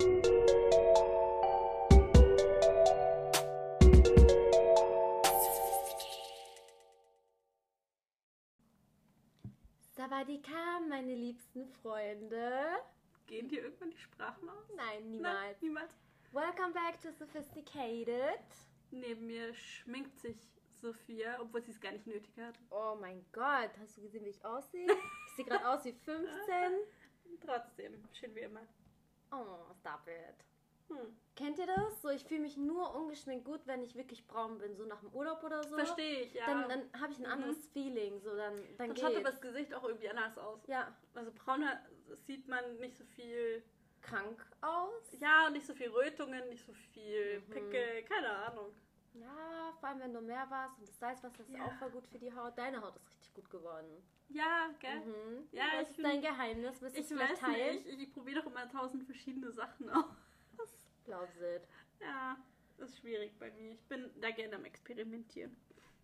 Sawadika, meine liebsten Freunde. Gehen dir irgendwann die Sprachen aus? Nein, niemals. Nein, niemals. Welcome back to Sophisticated. Neben mir schminkt sich Sophia, obwohl sie es gar nicht nötig hat. Oh mein Gott, hast du gesehen, wie ich aussehe? Ich sehe gerade aus wie 15. Trotzdem, schön wie immer. Oh, stop it. Kennt ihr das? So, ich fühle mich nur ungeschminkt gut, wenn ich wirklich braun bin, so nach dem Urlaub oder so. Verstehe ich, ja. Dann habe ich ein anderes Feeling, so dann geht's. Schaut aber das Gesicht auch irgendwie anders aus. Ja. Also brauner sieht man nicht so viel Krank aus. Ja, und nicht so viel Rötungen, nicht so viel Pickel, keine Ahnung. Ja, vor allem wenn du mehr warst und das Salzwasser ist auch voll gut für die Haut. Deine Haut ist richtig gut geworden. Ja, gell? Ja, was ist dein Geheimnis? Willst du es vielleicht teilen? Ich probiere doch immer 1000 verschiedene Sachen aus. Glaubst du? Ja, das ist schwierig bei mir. Ich bin da gerne am Experimentieren.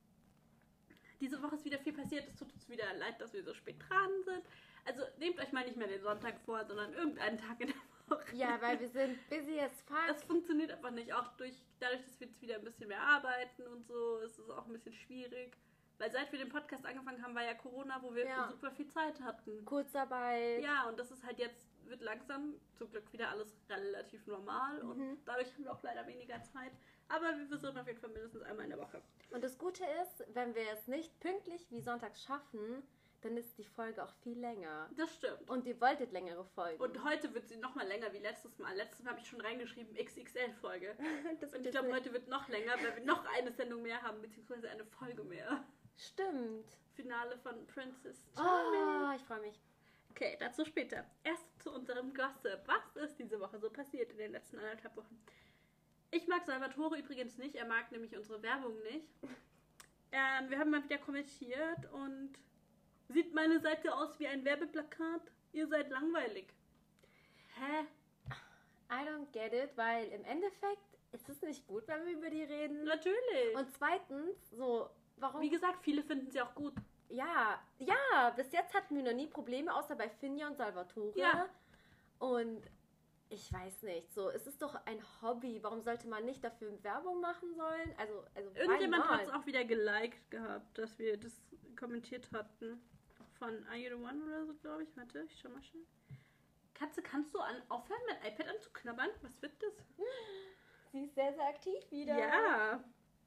Diese Woche ist wieder viel passiert. Es tut uns wieder leid, dass wir so spät dran sind. Also nehmt euch mal nicht mehr den Sonntag vor, sondern irgendeinen Tag in der Woche. Ja, weil wir sind busy as fuck. Das funktioniert einfach nicht. Auch dadurch, dass wir jetzt wieder ein bisschen mehr arbeiten und so, ist es auch ein bisschen schwierig. Weil seit wir den Podcast angefangen haben, war ja Corona, wo wir super viel Zeit hatten. Kurzarbeit. Ja, und das ist halt jetzt, wird langsam zum Glück wieder alles relativ normal. Und dadurch haben wir auch leider weniger Zeit. Aber wir versuchen auf jeden Fall mindestens einmal in der Woche. Und das Gute ist, wenn wir es nicht pünktlich wie sonntags schaffen, dann ist die Folge auch viel länger. Das stimmt. Und ihr wolltet längere Folgen. Und heute wird sie nochmal länger wie letztes Mal. Letztes Mal habe ich schon reingeschrieben XXL-Folge. Und ich glaube, heute wird noch länger, weil wir noch eine Sendung mehr haben, beziehungsweise eine Folge mehr. Stimmt. Finale von Princess Charming. Oh, ich freue mich. Okay, dazu später. Erst zu unserem Gossip. Was ist diese Woche so passiert in den letzten 1,5 Wochen? Ich mag Salvatore übrigens nicht. Er mag nämlich unsere Werbung nicht. Wir haben mal wieder kommentiert und sieht meine Seite aus wie ein Werbeplakat? Ihr seid langweilig. Hä? I don't get it, weil im Endeffekt ist es nicht gut, wenn wir über die reden. Natürlich. Und zweitens, so, warum? Wie gesagt, viele finden sie auch gut. Ja, bis jetzt hatten wir noch nie Probleme, außer bei Finja und Salvatore. Ja. Und ich weiß nicht, so, es ist doch ein Hobby. Warum sollte man nicht dafür Werbung machen sollen? Also irgendjemand hat es auch wieder geliked gehabt, dass wir das kommentiert hatten. Von Are You The One oder so, glaube ich. Warte, ich schau mal schnell. Katze, kannst du aufhören, mein iPad anzuknabbern? Was wird das? Sie ist sehr, sehr aktiv wieder. Ja.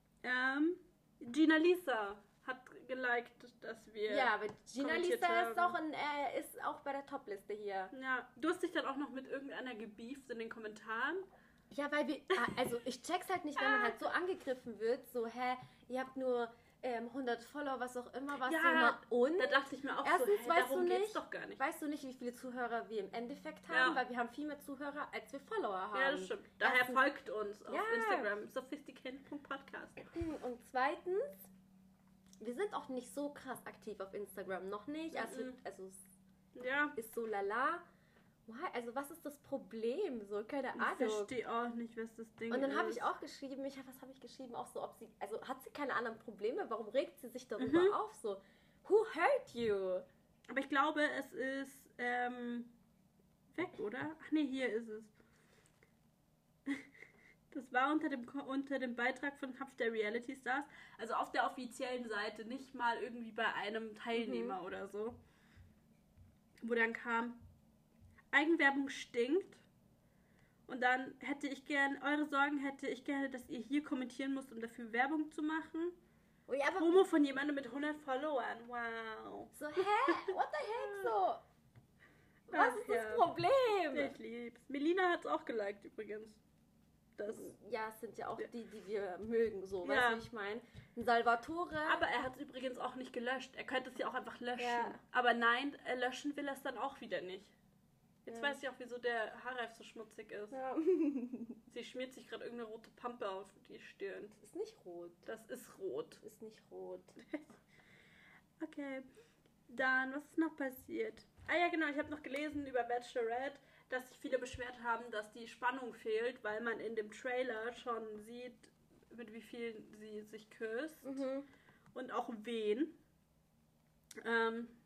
Gina Lisa hat geliked, dass wir. Ja, aber Gina Lisa haben. ist auch bei der Topliste hier. Ja, du hast dich dann auch noch mit irgendeiner gebieft in den Kommentaren. Ja, weil also ich check's halt nicht, wenn man halt so angegriffen wird, so, ihr habt nur 100 Follower, was auch immer, was ja, so, und da dachte ich mir auch erstens, so, darum geht's doch gar nicht. Weißt du nicht, wie viele Zuhörer wir im Endeffekt haben, weil wir haben viel mehr Zuhörer, als wir Follower haben. Ja, das stimmt. Daher folgt uns auf Instagram, sophisticated.podcast. Und zweitens, wir sind auch nicht so krass aktiv auf Instagram, noch nicht, also es ist so lala. Also was ist das Problem? So, keine Ahnung. Ich verstehe auch nicht, was das Ding ist. Und dann habe ich auch geschrieben, was habe ich geschrieben? Auch so, hat sie keine anderen Probleme? Warum regt sie sich darüber auf? So, who hurt you? Aber ich glaube, es ist weg, oder? Ach nee, hier ist es. Das war unter dem Beitrag von Hub der Reality Stars. Also auf der offiziellen Seite, nicht mal irgendwie bei einem Teilnehmer oder so. Wo dann kam: Eigenwerbung stinkt. Und dann eure Sorgen hätte ich gerne, dass ihr hier kommentieren müsst, um dafür Werbung zu machen. Oh ja, aber Promo von jemandem mit 100 Followern. Wow. So, what the heck, so? Was ist das Problem? Ich lieb's. Melina hat's auch geliked übrigens. Ja, es sind ja auch die wir mögen, so, weißt du, wie ich meine? Salvatore. Aber er hat es übrigens auch nicht gelöscht. Er könnte es ja auch einfach löschen. Ja. Aber nein, löschen will er es dann auch wieder nicht. Jetzt weiß ich auch, wieso der Haarreif so schmutzig ist. Ja. Sie schmiert sich gerade irgendeine rote Pampe auf die Stirn. Das ist nicht rot. Das ist rot. Ist nicht rot. Okay. Dann, was ist noch passiert? Ah ja, genau, ich habe noch gelesen über Bachelorette, dass sich viele beschwert haben, dass die Spannung fehlt, weil man in dem Trailer schon sieht, mit wie vielen sie sich küsst. Und auch wen.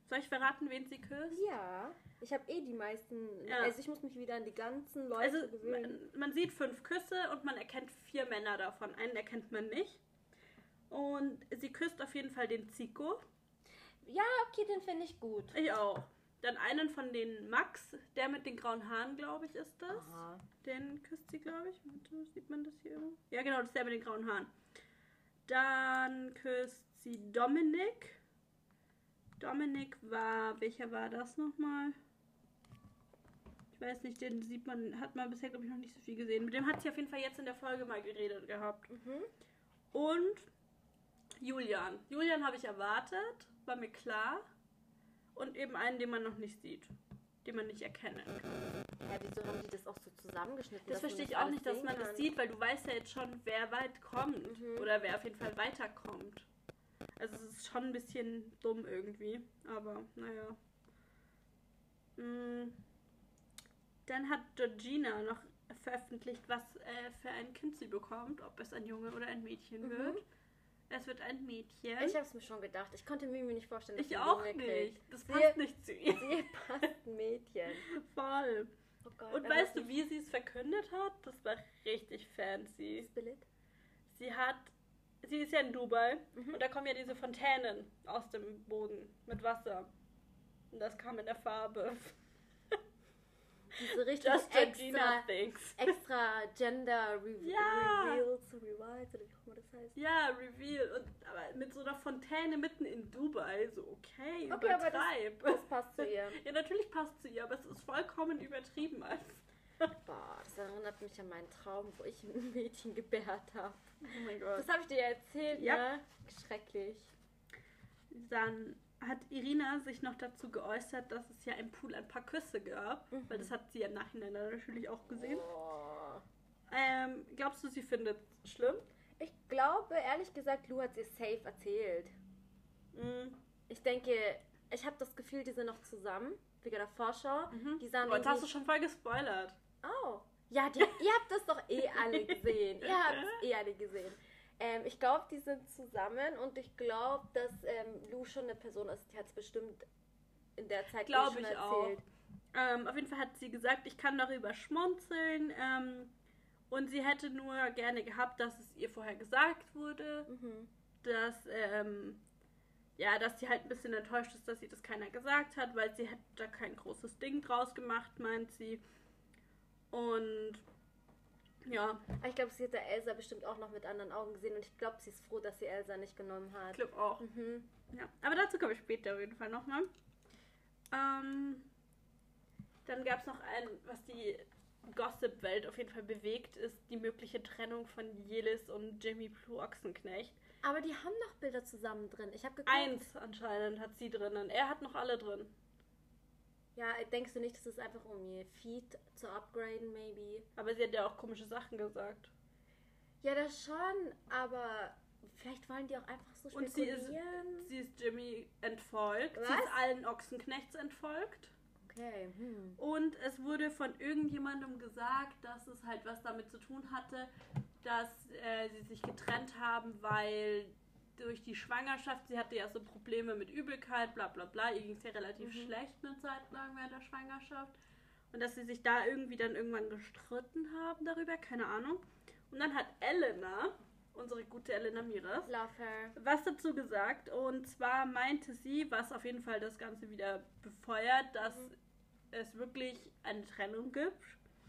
Soll ich verraten, wen sie küsst? Ja, ich habe die meisten... Ja. Also ich muss mich wieder an die ganzen Leute gewöhnen. Man sieht 5 Küsse und man erkennt 4 Männer davon. Einen erkennt man nicht. Und sie küsst auf jeden Fall den Zico. Ja, okay, den finde ich gut. Ich auch. Dann einen von den Max, der mit den grauen Haaren, glaube ich, ist das. Aha. Den küsst sie, glaube ich. Sieht man das hier irgendwo? Ja, genau, das ist der mit den grauen Haaren. Dann küsst sie Dominik. Dominik welcher war das nochmal? Ich weiß nicht, den hat man bisher, glaube ich, noch nicht so viel gesehen. Mit dem hat sie auf jeden Fall jetzt in der Folge mal geredet gehabt. Mhm. Und Julian. Julian habe ich erwartet, war mir klar. Und eben einen, den man noch nicht sieht. Den man nicht erkennen kann. Ja, wieso haben die das auch so zusammengeschnitten? Das verstehe ich auch nicht, dass man das sieht, weil du weißt ja jetzt schon, wer weit kommt. Mhm. Oder wer auf jeden Fall weiterkommt. Also es ist schon ein bisschen dumm irgendwie. Aber, naja. Dann hat Georgina noch veröffentlicht, was für ein Kind sie bekommt. Ob es ein Junge oder ein Mädchen wird. Es wird ein Mädchen. Ich habe es mir schon gedacht. Ich konnte mir nicht vorstellen, dass sie ein Junge kriegt. Ich auch nicht. Das passt nicht zu ihr. Sie passt ein Mädchen. Voll. Oh Gott, und weißt du, wie sie es verkündet hat? Das war richtig fancy. Spillet? Sie ist ja in Dubai und da kommen ja diese Fontänen aus dem Boden mit Wasser. Und das kam in der Farbe. Diese richtig extra Gender Reveals, Rewiles, oder wie auch immer das heißt. Ja, Reveal. Aber mit so einer Fontäne mitten in Dubai, so okay, übertreib. Aber das passt zu ihr. Ja, natürlich passt zu ihr, aber es ist vollkommen übertrieben. Boah, das erinnert mich an meinen Traum, wo ich ein Mädchen gebärt habe. Oh mein Gott. Das habe ich dir erzählt, ne? Schrecklich. Dann hat Irina sich noch dazu geäußert, dass es ja im Pool ein paar Küsse gab. Weil das hat sie im Nachhinein natürlich auch gesehen. Oh. Glaubst du, sie findet es schlimm? Ich glaube, ehrlich gesagt, Lou hat sie safe erzählt. Ich denke, ich habe das Gefühl, die sind noch zusammen. Wegen der Vorschau. Die sahen jetzt hast du schon voll gespoilert. Oh. Ja, ihr habt das doch alle gesehen. Ihr habt es alle gesehen. Ich glaube, die sind zusammen und ich glaube, dass Lou schon eine Person ist, die hat es bestimmt in der Zeit schon erzählt. Auch. Auf jeden Fall hat sie gesagt, ich kann darüber schmunzeln und sie hätte nur gerne gehabt, dass es ihr vorher gesagt wurde, dass dass sie halt ein bisschen enttäuscht ist, dass sie das keiner gesagt hat, weil sie hätte da kein großes Ding draus gemacht, meint sie. Und ja. Ich glaube, sie hat der Elsa bestimmt auch noch mit anderen Augen gesehen und ich glaube, sie ist froh, dass sie Elsa nicht genommen hat. Ich glaube auch. Ja. Aber dazu komme ich später auf jeden Fall nochmal. Dann gab es noch was die Gossip-Welt auf jeden Fall bewegt, ist die mögliche Trennung von Jelis und Jimmy Blue Ochsenknecht. Aber die haben noch Bilder zusammen drin. Ich habe geguckt. 1 anscheinend hat sie drinnen. Er hat noch alle drin. Ja, denkst du nicht, dass es einfach um ihr Feed zu upgraden, maybe? Aber sie hat ja auch komische Sachen gesagt. Ja, das schon, aber vielleicht wollen die auch einfach so spekulieren. Und sie ist Jimmy entfolgt. Was? Sie ist allen Ochsenknechts entfolgt. Okay. Und es wurde von irgendjemandem gesagt, dass es halt was damit zu tun hatte, dass sie sich getrennt haben, weil durch die Schwangerschaft, sie hatte ja so Probleme mit Übelkeit, bla bla bla, ihr ging es ja relativ schlecht eine Zeit lang während der Schwangerschaft. Und dass sie sich da irgendwann gestritten haben darüber, keine Ahnung. Und dann hat Elena, unsere gute Elena Miras, was dazu gesagt. Und zwar meinte sie, was auf jeden Fall das Ganze wieder befeuert, dass es wirklich eine Trennung gibt.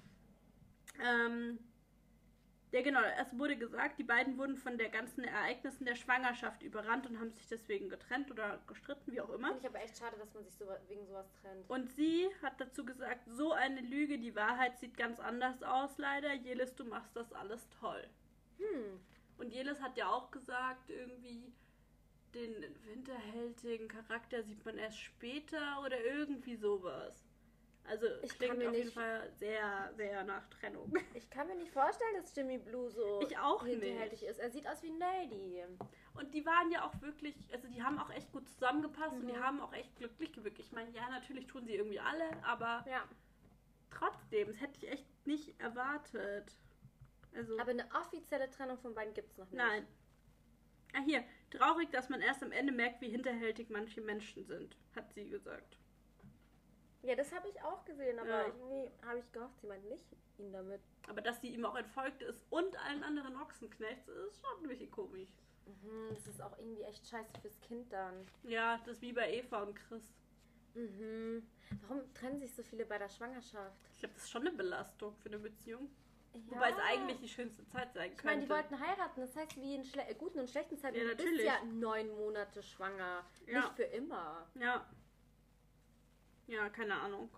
Ja genau, es wurde gesagt, die beiden wurden von der ganzen Ereignissen der Schwangerschaft überrannt und haben sich deswegen getrennt oder gestritten, wie auch immer. Finde ich aber echt schade, dass man sich wegen sowas trennt. Und sie hat dazu gesagt, so eine Lüge, die Wahrheit sieht ganz anders aus leider. Jelis, du machst das alles toll. Und Jelis hat ja auch gesagt, irgendwie den hinterhältigen Charakter sieht man erst später oder irgendwie sowas. Also klingt auf jeden Fall sehr, sehr nach Trennung. Ich kann mir nicht vorstellen, dass Jimmy Blue so hinterhältig ist. Er sieht aus wie ein Lady. Und die waren ja auch wirklich, also die haben auch echt gut zusammengepasst und die haben auch echt glücklich gewirkt. Ich meine, ja, natürlich tun sie irgendwie alle, aber trotzdem, das hätte ich echt nicht erwartet. Also, aber eine offizielle Trennung von beiden gibt es noch nicht. Nein. Hier. Traurig, dass man erst am Ende merkt, wie hinterhältig manche Menschen sind, hat sie gesagt. Ja, das habe ich auch gesehen, aber Ja. irgendwie habe ich gehofft, sie meint nicht ihn damit. Aber dass sie ihm auch entfolgt ist und allen anderen Ochsenknechts, ist schon ein bisschen komisch. Mhm, das ist auch irgendwie echt scheiße fürs Kind dann. Ja, das ist wie bei Eva und Chris. Mhm. Warum trennen sich so viele bei der Schwangerschaft? Ich glaube, das ist schon eine Belastung für eine Beziehung. Ja. Wobei es eigentlich die schönste Zeit sein Ich meine, könnte. die wollten heiraten. Das heißt, wie in guten und schlechten Zeiten. Ja, Du bist natürlich. ja 9 Monate schwanger. Ja. Nicht für immer. Ja. Ja, keine Ahnung.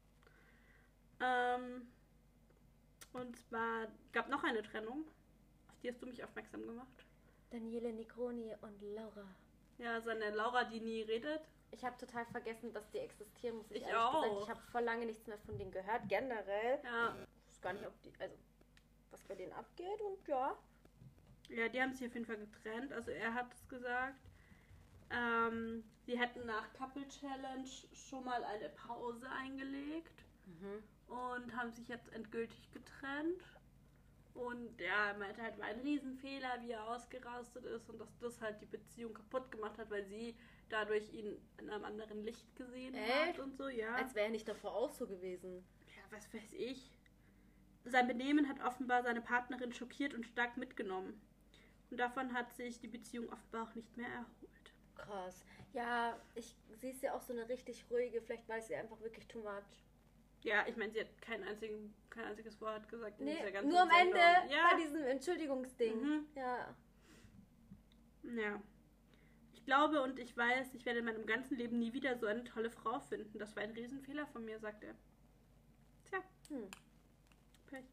Und zwar gab noch eine Trennung. Auf die hast du mich aufmerksam gemacht. Daniele Negroni und Laura. Ja, seine Laura, die nie redet. Ich habe total vergessen, dass die existieren, muss ich Ich ehrlich auch. gesagt. Ich habe vor lange nichts mehr von denen gehört, generell. Ja. Ich weiß gar nicht, ob die, also was bei denen abgeht und ja. Ja, die haben sich auf jeden Fall getrennt. Also er hat es gesagt. Sie hätten nach Couple Challenge schon mal eine Pause eingelegt und haben sich jetzt endgültig getrennt. Und ja, er meinte halt, war ein Riesenfehler, wie er ausgerastet ist und dass das halt die Beziehung kaputt gemacht hat, weil sie dadurch ihn in einem anderen Licht gesehen hat und so, ja. Als wäre er nicht davor auch so gewesen. Ja, was weiß ich. Sein Benehmen hat offenbar seine Partnerin schockiert und stark mitgenommen. Und davon hat sich die Beziehung offenbar auch nicht mehr erholt. Krass. Ja, sie ist ja auch so eine richtig ruhige, vielleicht weiß sie einfach wirklich too much. Ja, ich meine, sie hat kein einziges Wort gesagt in Nee, dieser ganzen nur am Sendung. Ende Ja. bei diesem Entschuldigungsding. Mhm. Ja. Ja. Ich glaube und ich weiß, ich werde in meinem ganzen Leben nie wieder so eine tolle Frau finden. Das war ein Riesenfehler von mir, sagt er. Tja. Pech.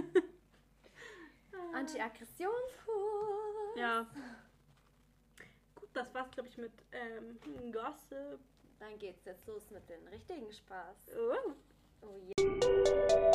Anti-Aggressionskurs. Ja. Gut, das war's, glaube ich, mit Gossip. Dann geht's jetzt los mit dem richtigen Spaß. Oh. Oh je.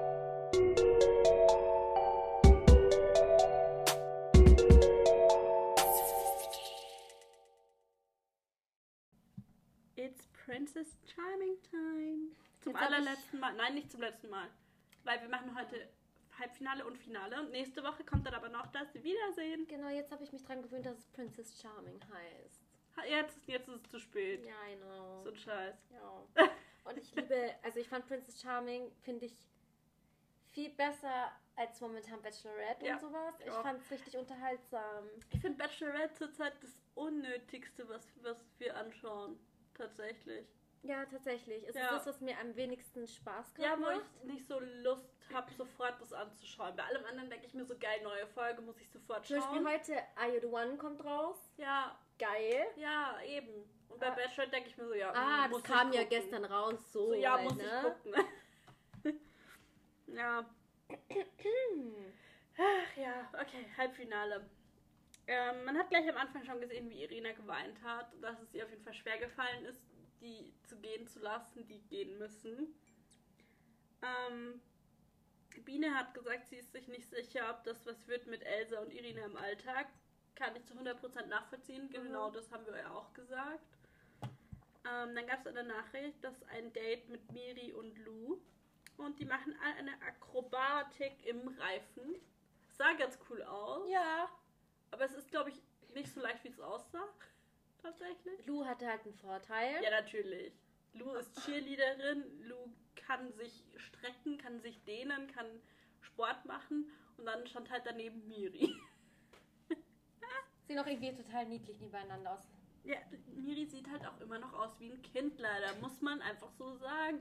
It's Princess Charming Time. Zum Jetzt hab allerletzten Mal. Nein, nicht zum letzten Mal. Weil wir machen heute Halbfinale und Finale. Und nächste Woche kommt dann aber noch das Wiedersehen. Genau, jetzt habe ich mich dran gewöhnt, dass es Princess Charming heißt. Jetzt ist es zu spät. Ja, I know. So ein Scheiß. Ja. Und ich ich fand Princess Charming, finde ich, viel besser als momentan Bachelorette Ja, und sowas. ich Ich auch. fand es richtig unterhaltsam. Ich finde Bachelorette zurzeit das Unnötigste, was wir anschauen. Tatsächlich. Ja, tatsächlich. Es Ja. ist das, was mir am wenigsten Spaß Ja, gemacht wo macht. ich nicht so Lust habe, sofort das anzuschauen. Bei allem anderen denke ich mir so, geil, neue Folge, muss ich sofort Zum schauen. Beispiel heute Are You The One kommt raus. Ja, Geil. ja, eben. Und bei Ah. Bachelorette denke ich mir so, ja, Das muss kam ich ja gucken. gestern raus. So, So, ja, halt, muss ne? ich gucken. Ja. Ach ja, okay, Halbfinale. Man hat gleich am Anfang schon gesehen, wie Irina geweint hat, dass es ihr auf jeden Fall schwer gefallen ist, die zu gehen zu lassen, die gehen müssen. Biene hat gesagt, sie ist sich nicht sicher, ob das was wird mit Elsa und Irina im Alltag. Kann ich zu 100% nachvollziehen, genau das haben wir ja auch gesagt. Dann gab es eine Nachricht, dass ein Date mit Miri und Lou und die machen eine Akrobatik im Reifen. Sah ganz cool aus, Ja. aber es ist, glaube ich, nicht so leicht, wie es aussah. Tatsächlich. Lou hatte halt einen Vorteil. Ja, natürlich. Lou ist Cheerleaderin, Lou kann sich strecken, kann sich dehnen, kann Sport machen und dann stand halt daneben Miri. Sehen auch irgendwie total niedlich nebeneinander aus. Ja, Miri sieht halt auch immer noch aus wie ein Kind, leider, muss man einfach so sagen.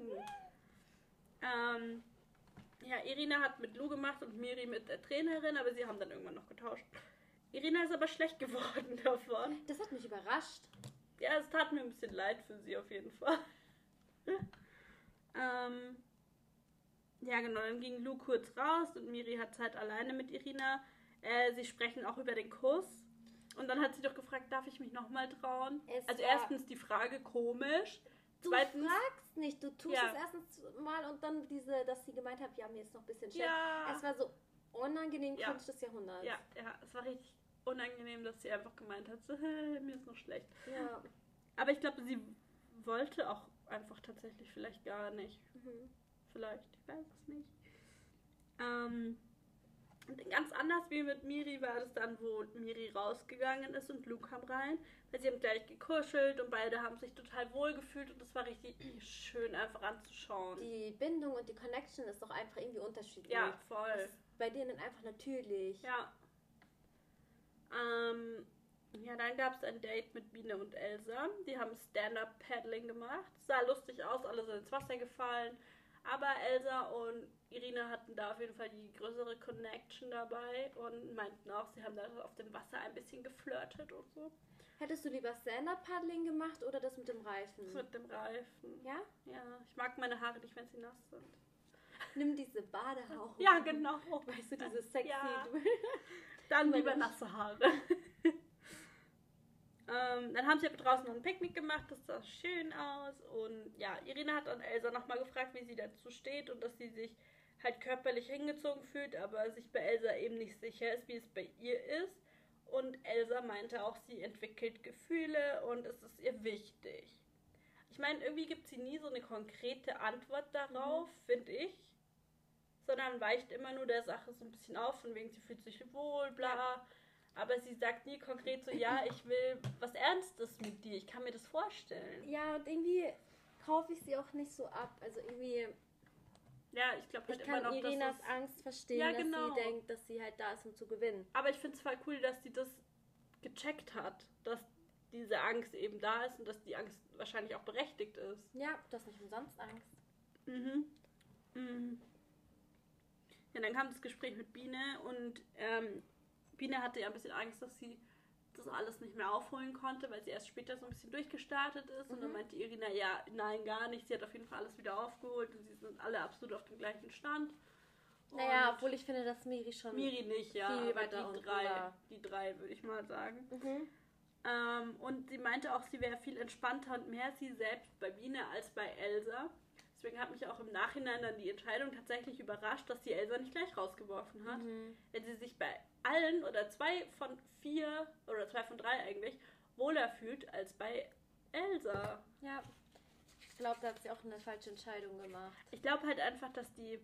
Ja, Irina hat mit Lou gemacht und Miri mit der Trainerin, aber sie haben dann irgendwann noch getauscht. Irina ist aber schlecht geworden davon. Das hat mich überrascht. Ja, es tat mir ein bisschen leid für sie auf jeden Fall. Ja, genau, dann ging Lou kurz raus und Miri hat Zeit alleine mit Irina. Sie sprechen auch über den Kuss. Und dann hat sie doch gefragt, darf ich mich nochmal trauen? Es Also war- erstens die Frage komisch. Du Zweitens, fragst nicht, du tust Ja. es erstens mal und dann dass sie gemeint hat, ja, mir ist noch ein bisschen schlecht. ja, Es war so unangenehm, Ja. Cringe des Jahrhunderts. ja, es war richtig unangenehm, dass sie einfach gemeint hat, so, mir ist noch schlecht. Ja. Aber ich glaube, sie wollte auch einfach tatsächlich vielleicht gar nicht. Mhm. Vielleicht, ich weiß es nicht. Und ganz anders wie mit Miri war das dann, wo Miri rausgegangen ist und Lou kam rein. Weil sie haben gleich gekuschelt und beide haben sich total wohl gefühlt und das war richtig schön einfach anzuschauen. Die Bindung und die Connection ist doch einfach irgendwie unterschiedlich. Ja, voll. Das ist bei denen einfach natürlich. Ja. Ja, dann gab es ein Date mit Biene und Elsa. Die haben Stand-Up-Paddling gemacht. Sah lustig aus, alle sind ins Wasser gefallen. Aber Elsa und Irina hatten da auf jeden Fall die größere Connection dabei und meinten auch, sie haben da auf dem Wasser ein bisschen geflirtet und so. Hättest du lieber Stand-Up-Paddling gemacht oder das mit dem Reifen? Das mit dem Reifen. Ja? Ja, ich mag meine Haare nicht, wenn sie nass sind. Nimm diese Badehaube. Ja, genau. Weißt du, diese sexy... Ja. Dann lieber nasse Haare. Dann haben sie aber draußen noch ein Picknick gemacht, das sah schön aus. Und ja, Irina hat dann Elsa nochmal gefragt, wie sie dazu steht und dass sie sich halt körperlich hingezogen fühlt, aber sich bei Elsa eben nicht sicher ist, wie es bei ihr ist. Und Elsa meinte auch, sie entwickelt Gefühle und es ist ihr wichtig. Ich meine, irgendwie gibt sie nie so eine konkrete Antwort darauf, finde ich. Sondern weicht immer nur der Sache so ein bisschen auf, von wegen sie fühlt sich wohl, bla. Ja. Aber sie sagt nie konkret so, ja, ich will was Ernstes mit dir, ich kann mir das vorstellen. Ja, und irgendwie kaufe ich sie auch nicht so ab. Also irgendwie... Ja, ich glaube halt ich immer noch, dass Irinas Angst verstehen, ja, genau. dass sie denkt, dass sie halt da ist, um zu gewinnen. Aber ich finde es voll cool, dass sie das gecheckt hat, dass diese Angst eben da ist und dass die Angst wahrscheinlich auch berechtigt ist. Ja, du hast nicht umsonst Angst. Ja, dann kam das Gespräch mit Biene und Biene hatte ja ein bisschen Angst, dass sie das alles nicht mehr aufholen konnte, weil sie erst später so ein bisschen durchgestartet ist. Und dann meinte Irina, ja, nein, gar nicht. Sie hat auf jeden Fall alles wieder aufgeholt und sie sind alle absolut auf dem gleichen Stand. Naja, obwohl ich finde, dass Miri schon Miri nicht, ja, viel aber weiter die drei würde ich mal sagen. Und sie meinte auch, sie wäre viel entspannter und mehr sie selbst bei Biene als bei Elsa. Deswegen hat mich auch im Nachhinein dann die Entscheidung tatsächlich überrascht, dass sie Elsa nicht gleich rausgeworfen hat. Wenn sie sich bei allen oder 2 von 4 oder 2 von 3 eigentlich wohler fühlt als bei Elsa. Ja, ich glaube, da hat sie auch eine falsche Entscheidung gemacht. Ich glaube halt einfach, dass die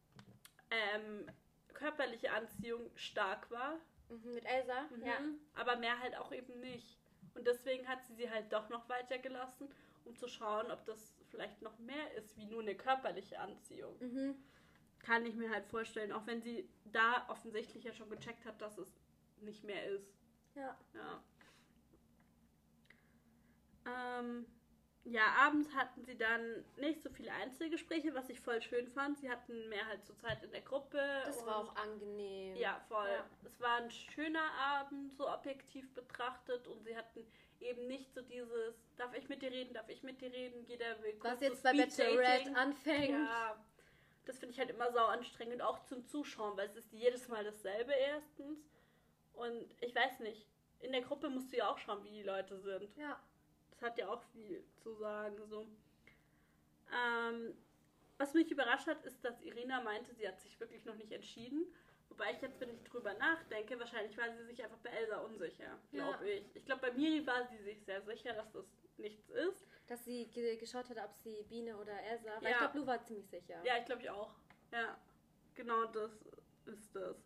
körperliche Anziehung stark war. Mit Elsa? Ja. Aber mehr halt auch eben nicht. Und deswegen hat sie halt doch noch weitergelassen, um zu schauen, ob das vielleicht noch mehr ist, wie nur eine körperliche Anziehung. Kann ich mir halt vorstellen, auch wenn sie da offensichtlich ja schon gecheckt hat, dass es nicht mehr ist. Ja. Ja, abends hatten sie dann nicht so viele Einzelgespräche, was ich voll schön fand. Sie hatten mehr halt so Zeit in der Gruppe. Das war auch angenehm. Ja, voll. Ja. Es war ein schöner Abend, so objektiv betrachtet und sie hatten eben nicht so dieses, darf ich mit dir reden, jeder will kurz was jetzt bei Bachelorette anfängt. Ja, das finde ich halt immer sau anstrengend, auch zum Zuschauen, weil es ist jedes Mal dasselbe erstens und ich weiß nicht, in der Gruppe musst du ja auch schauen, wie die Leute sind. Ja. Das hat ja auch viel zu sagen, so. Was mich überrascht hat, ist, dass Irina meinte, sie hat sich wirklich noch nicht entschieden. Wobei ich jetzt, wenn ich drüber nachdenke, wahrscheinlich war sie sich einfach bei Elsa unsicher, glaube ich. Ich glaube, bei Miri war sie sich sehr sicher, dass das nichts ist. Dass sie geschaut hat, ob sie Biene oder Elsa, weil ich glaube, Lou war ziemlich sicher. Ja, ich glaube ich auch. Ja, genau das ist das.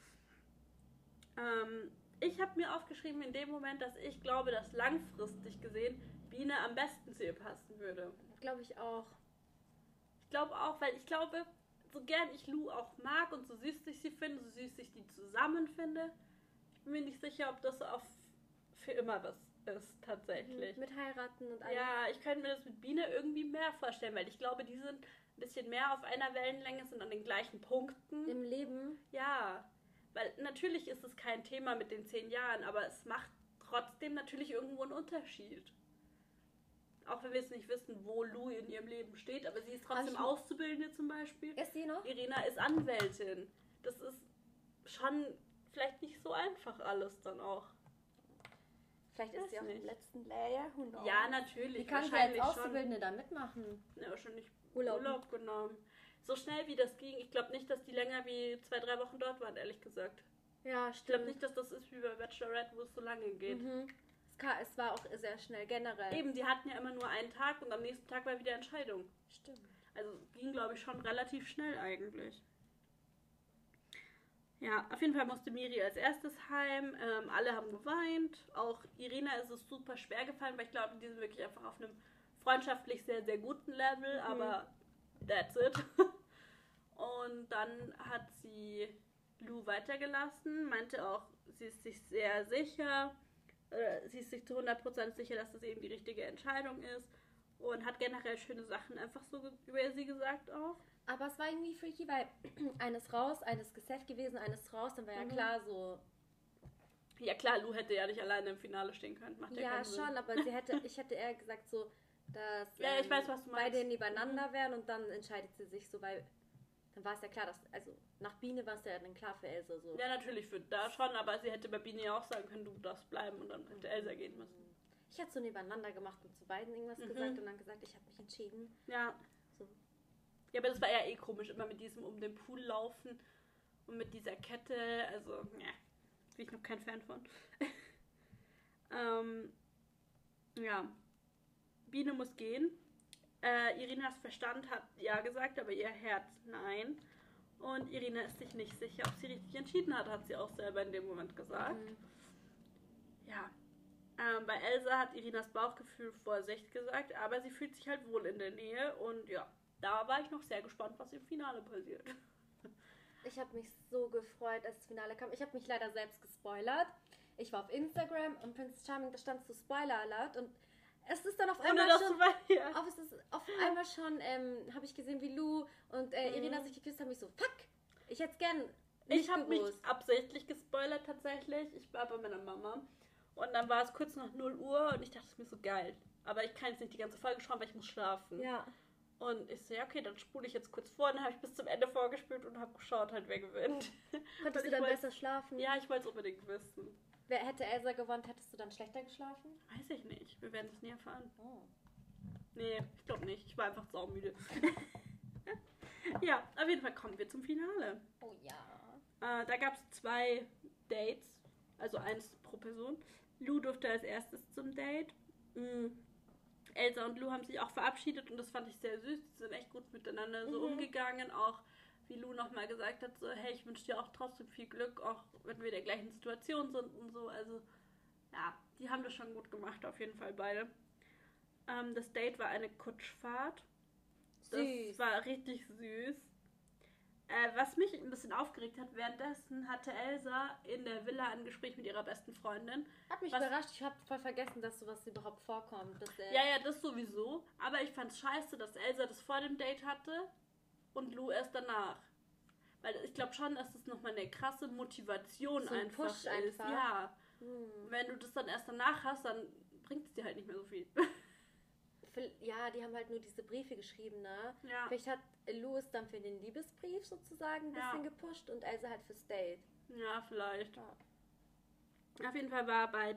Ich habe mir aufgeschrieben in dem Moment, dass ich glaube, dass langfristig gesehen Biene am besten zu ihr passen würde. Glaube ich auch. Ich glaube auch, weil ich glaube, so gern ich Lou auch mag und so süß ich sie finde, so süß ich die zusammen finde, ich bin mir nicht sicher, ob das auch für immer was ist, tatsächlich. Mit heiraten und alles. Ja, ich könnte mir das mit Biene irgendwie mehr vorstellen, weil ich glaube, die sind ein bisschen mehr auf einer Wellenlänge, sind an den gleichen Punkten. Im Leben? Ja, weil natürlich ist es kein Thema mit den 10 Jahren, aber es macht trotzdem natürlich irgendwo einen Unterschied. Auch wenn wir jetzt nicht wissen, wo Lou in ihrem Leben steht, aber sie ist trotzdem Auszubildende zum Beispiel. Ist sie noch? Irina ist Anwältin. Das ist schon vielleicht nicht so einfach alles dann auch. Vielleicht ist sie auch im letzten Layer. Ja, natürlich. Wie kann sie als Auszubildende da mitmachen? Ja, wahrscheinlich Urlaub genommen. So schnell wie das ging. Ich glaube nicht, dass die länger wie 2-3 Wochen dort waren, ehrlich gesagt. Ja, stimmt. Ich glaube nicht, dass das ist wie bei Bachelorette, wo es so lange geht. Es war auch sehr schnell generell. Eben, die hatten ja immer nur einen Tag und am nächsten Tag war wieder Entscheidung. Stimmt. Also ging, glaube ich, schon relativ schnell eigentlich. Ja, auf jeden Fall musste Miri als erstes heim. Alle haben geweint. Auch Irina ist es super schwer gefallen, weil ich glaube, die sind wirklich einfach auf einem freundschaftlich sehr, sehr guten Level, aber that's it. Und dann hat sie Lou weitergelassen, meinte auch, sie ist sich sehr sicher, sie ist sich zu 100% sicher, dass das eben die richtige Entscheidung ist und hat generell schöne Sachen einfach so über sie gesagt auch. Aber es war irgendwie freaky, weil eines raus, eines gesafe gewesen, eines raus, dann war ja klar so... Ja klar, Lou hätte ja nicht alleine im Finale stehen können. Macht ja keinen Sinn. Schon, aber ich hätte eher gesagt so, dass ja, ich weiß, was du meinst. beide nebeneinander wären und dann entscheidet sie sich so, weil dann war es ja klar, dass, also nach Biene war es ja dann klar für Elsa so. Ja, natürlich für da schon, aber sie hätte bei Biene ja auch sagen können, du darfst bleiben und dann hätte Elsa gehen müssen. Ich hätte so nebeneinander gemacht und zu beiden irgendwas gesagt und dann gesagt, ich habe mich entschieden. Ja. So. Ja, aber das war ja eh komisch, immer mit diesem um den Pool laufen und mit dieser Kette, also, ja, bin ich noch kein Fan von. Ja. Biene muss gehen. Irinas Verstand hat ja gesagt, aber ihr Herz nein. Und Irina ist sich nicht sicher, ob sie richtig entschieden hat sie auch selber in dem Moment gesagt. Ja. Bei Elsa hat Irinas Bauchgefühl Vorsicht gesagt, aber sie fühlt sich halt wohl in der Nähe und ja, da war ich noch sehr gespannt, was im Finale passiert. Ich habe mich so gefreut, als das Finale kam. Ich habe mich leider selbst gespoilert. Ich war auf Instagram und Prince Charming, da stand so Spoiler Alert und es ist dann auf einmal schon, habe ich gesehen, wie Lou und Irina sich geküsst haben. Ich so, fuck, ich hätte es gern nicht Ich habe mich absichtlich gespoilert tatsächlich. Ich war bei meiner Mama und dann war es kurz nach 0 Uhr und ich dachte, es ist mir so geil. Aber ich kann jetzt nicht die ganze Folge schauen, weil ich muss schlafen. Ja. Und ich so, ja okay, dann spule ich jetzt kurz vor. Und dann habe ich bis zum Ende vorgespult und habe geschaut, halt wer gewinnt. Konntest du dann besser schlafen? Ja, ich wollte es unbedingt wissen. Wer hätte Elsa gewonnen, hättest du dann schlechter geschlafen? Weiß ich nicht. Wir werden es nie erfahren. Oh. Nee, ich glaube nicht. Ich war einfach saumüde. Ja, auf jeden Fall kommen wir zum Finale. Oh ja. Da gab es 2 Dates. Also 1 pro Person. Lou durfte als erstes zum Date. Elsa und Lou haben sich auch verabschiedet und das fand ich sehr süß. Die sind echt gut miteinander so umgegangen. Auch wie Lou nochmal gesagt hat, so, hey, ich wünsche dir auch trotzdem viel Glück, auch wenn wir in der gleichen Situation sind und so. Also, ja, die haben das schon gut gemacht, auf jeden Fall beide. Das Date war eine Kutschfahrt. Süß. Das war richtig süß. Was mich ein bisschen aufgeregt hat, währenddessen hatte Elsa in der Villa ein Gespräch mit ihrer besten Freundin. Hat mich überrascht, ich habe voll vergessen, dass sowas überhaupt vorkommt. Dass, ja, das sowieso. Aber ich fand es scheiße, dass Elsa das vor dem Date hatte und Lou erst danach. Weil ich glaube schon, dass das nochmal eine krasse Motivation so ein einfach Push ist. Einfach. Ja. Wenn du das dann erst danach hast, dann bringt es dir halt nicht mehr so viel. Ja, die haben halt nur diese Briefe geschrieben, ne? Ja. Vielleicht hat Louis dann für den Liebesbrief sozusagen ein bisschen gepusht und Elsa halt fürs Date. Ja, vielleicht. Ja. Auf jeden Fall war bei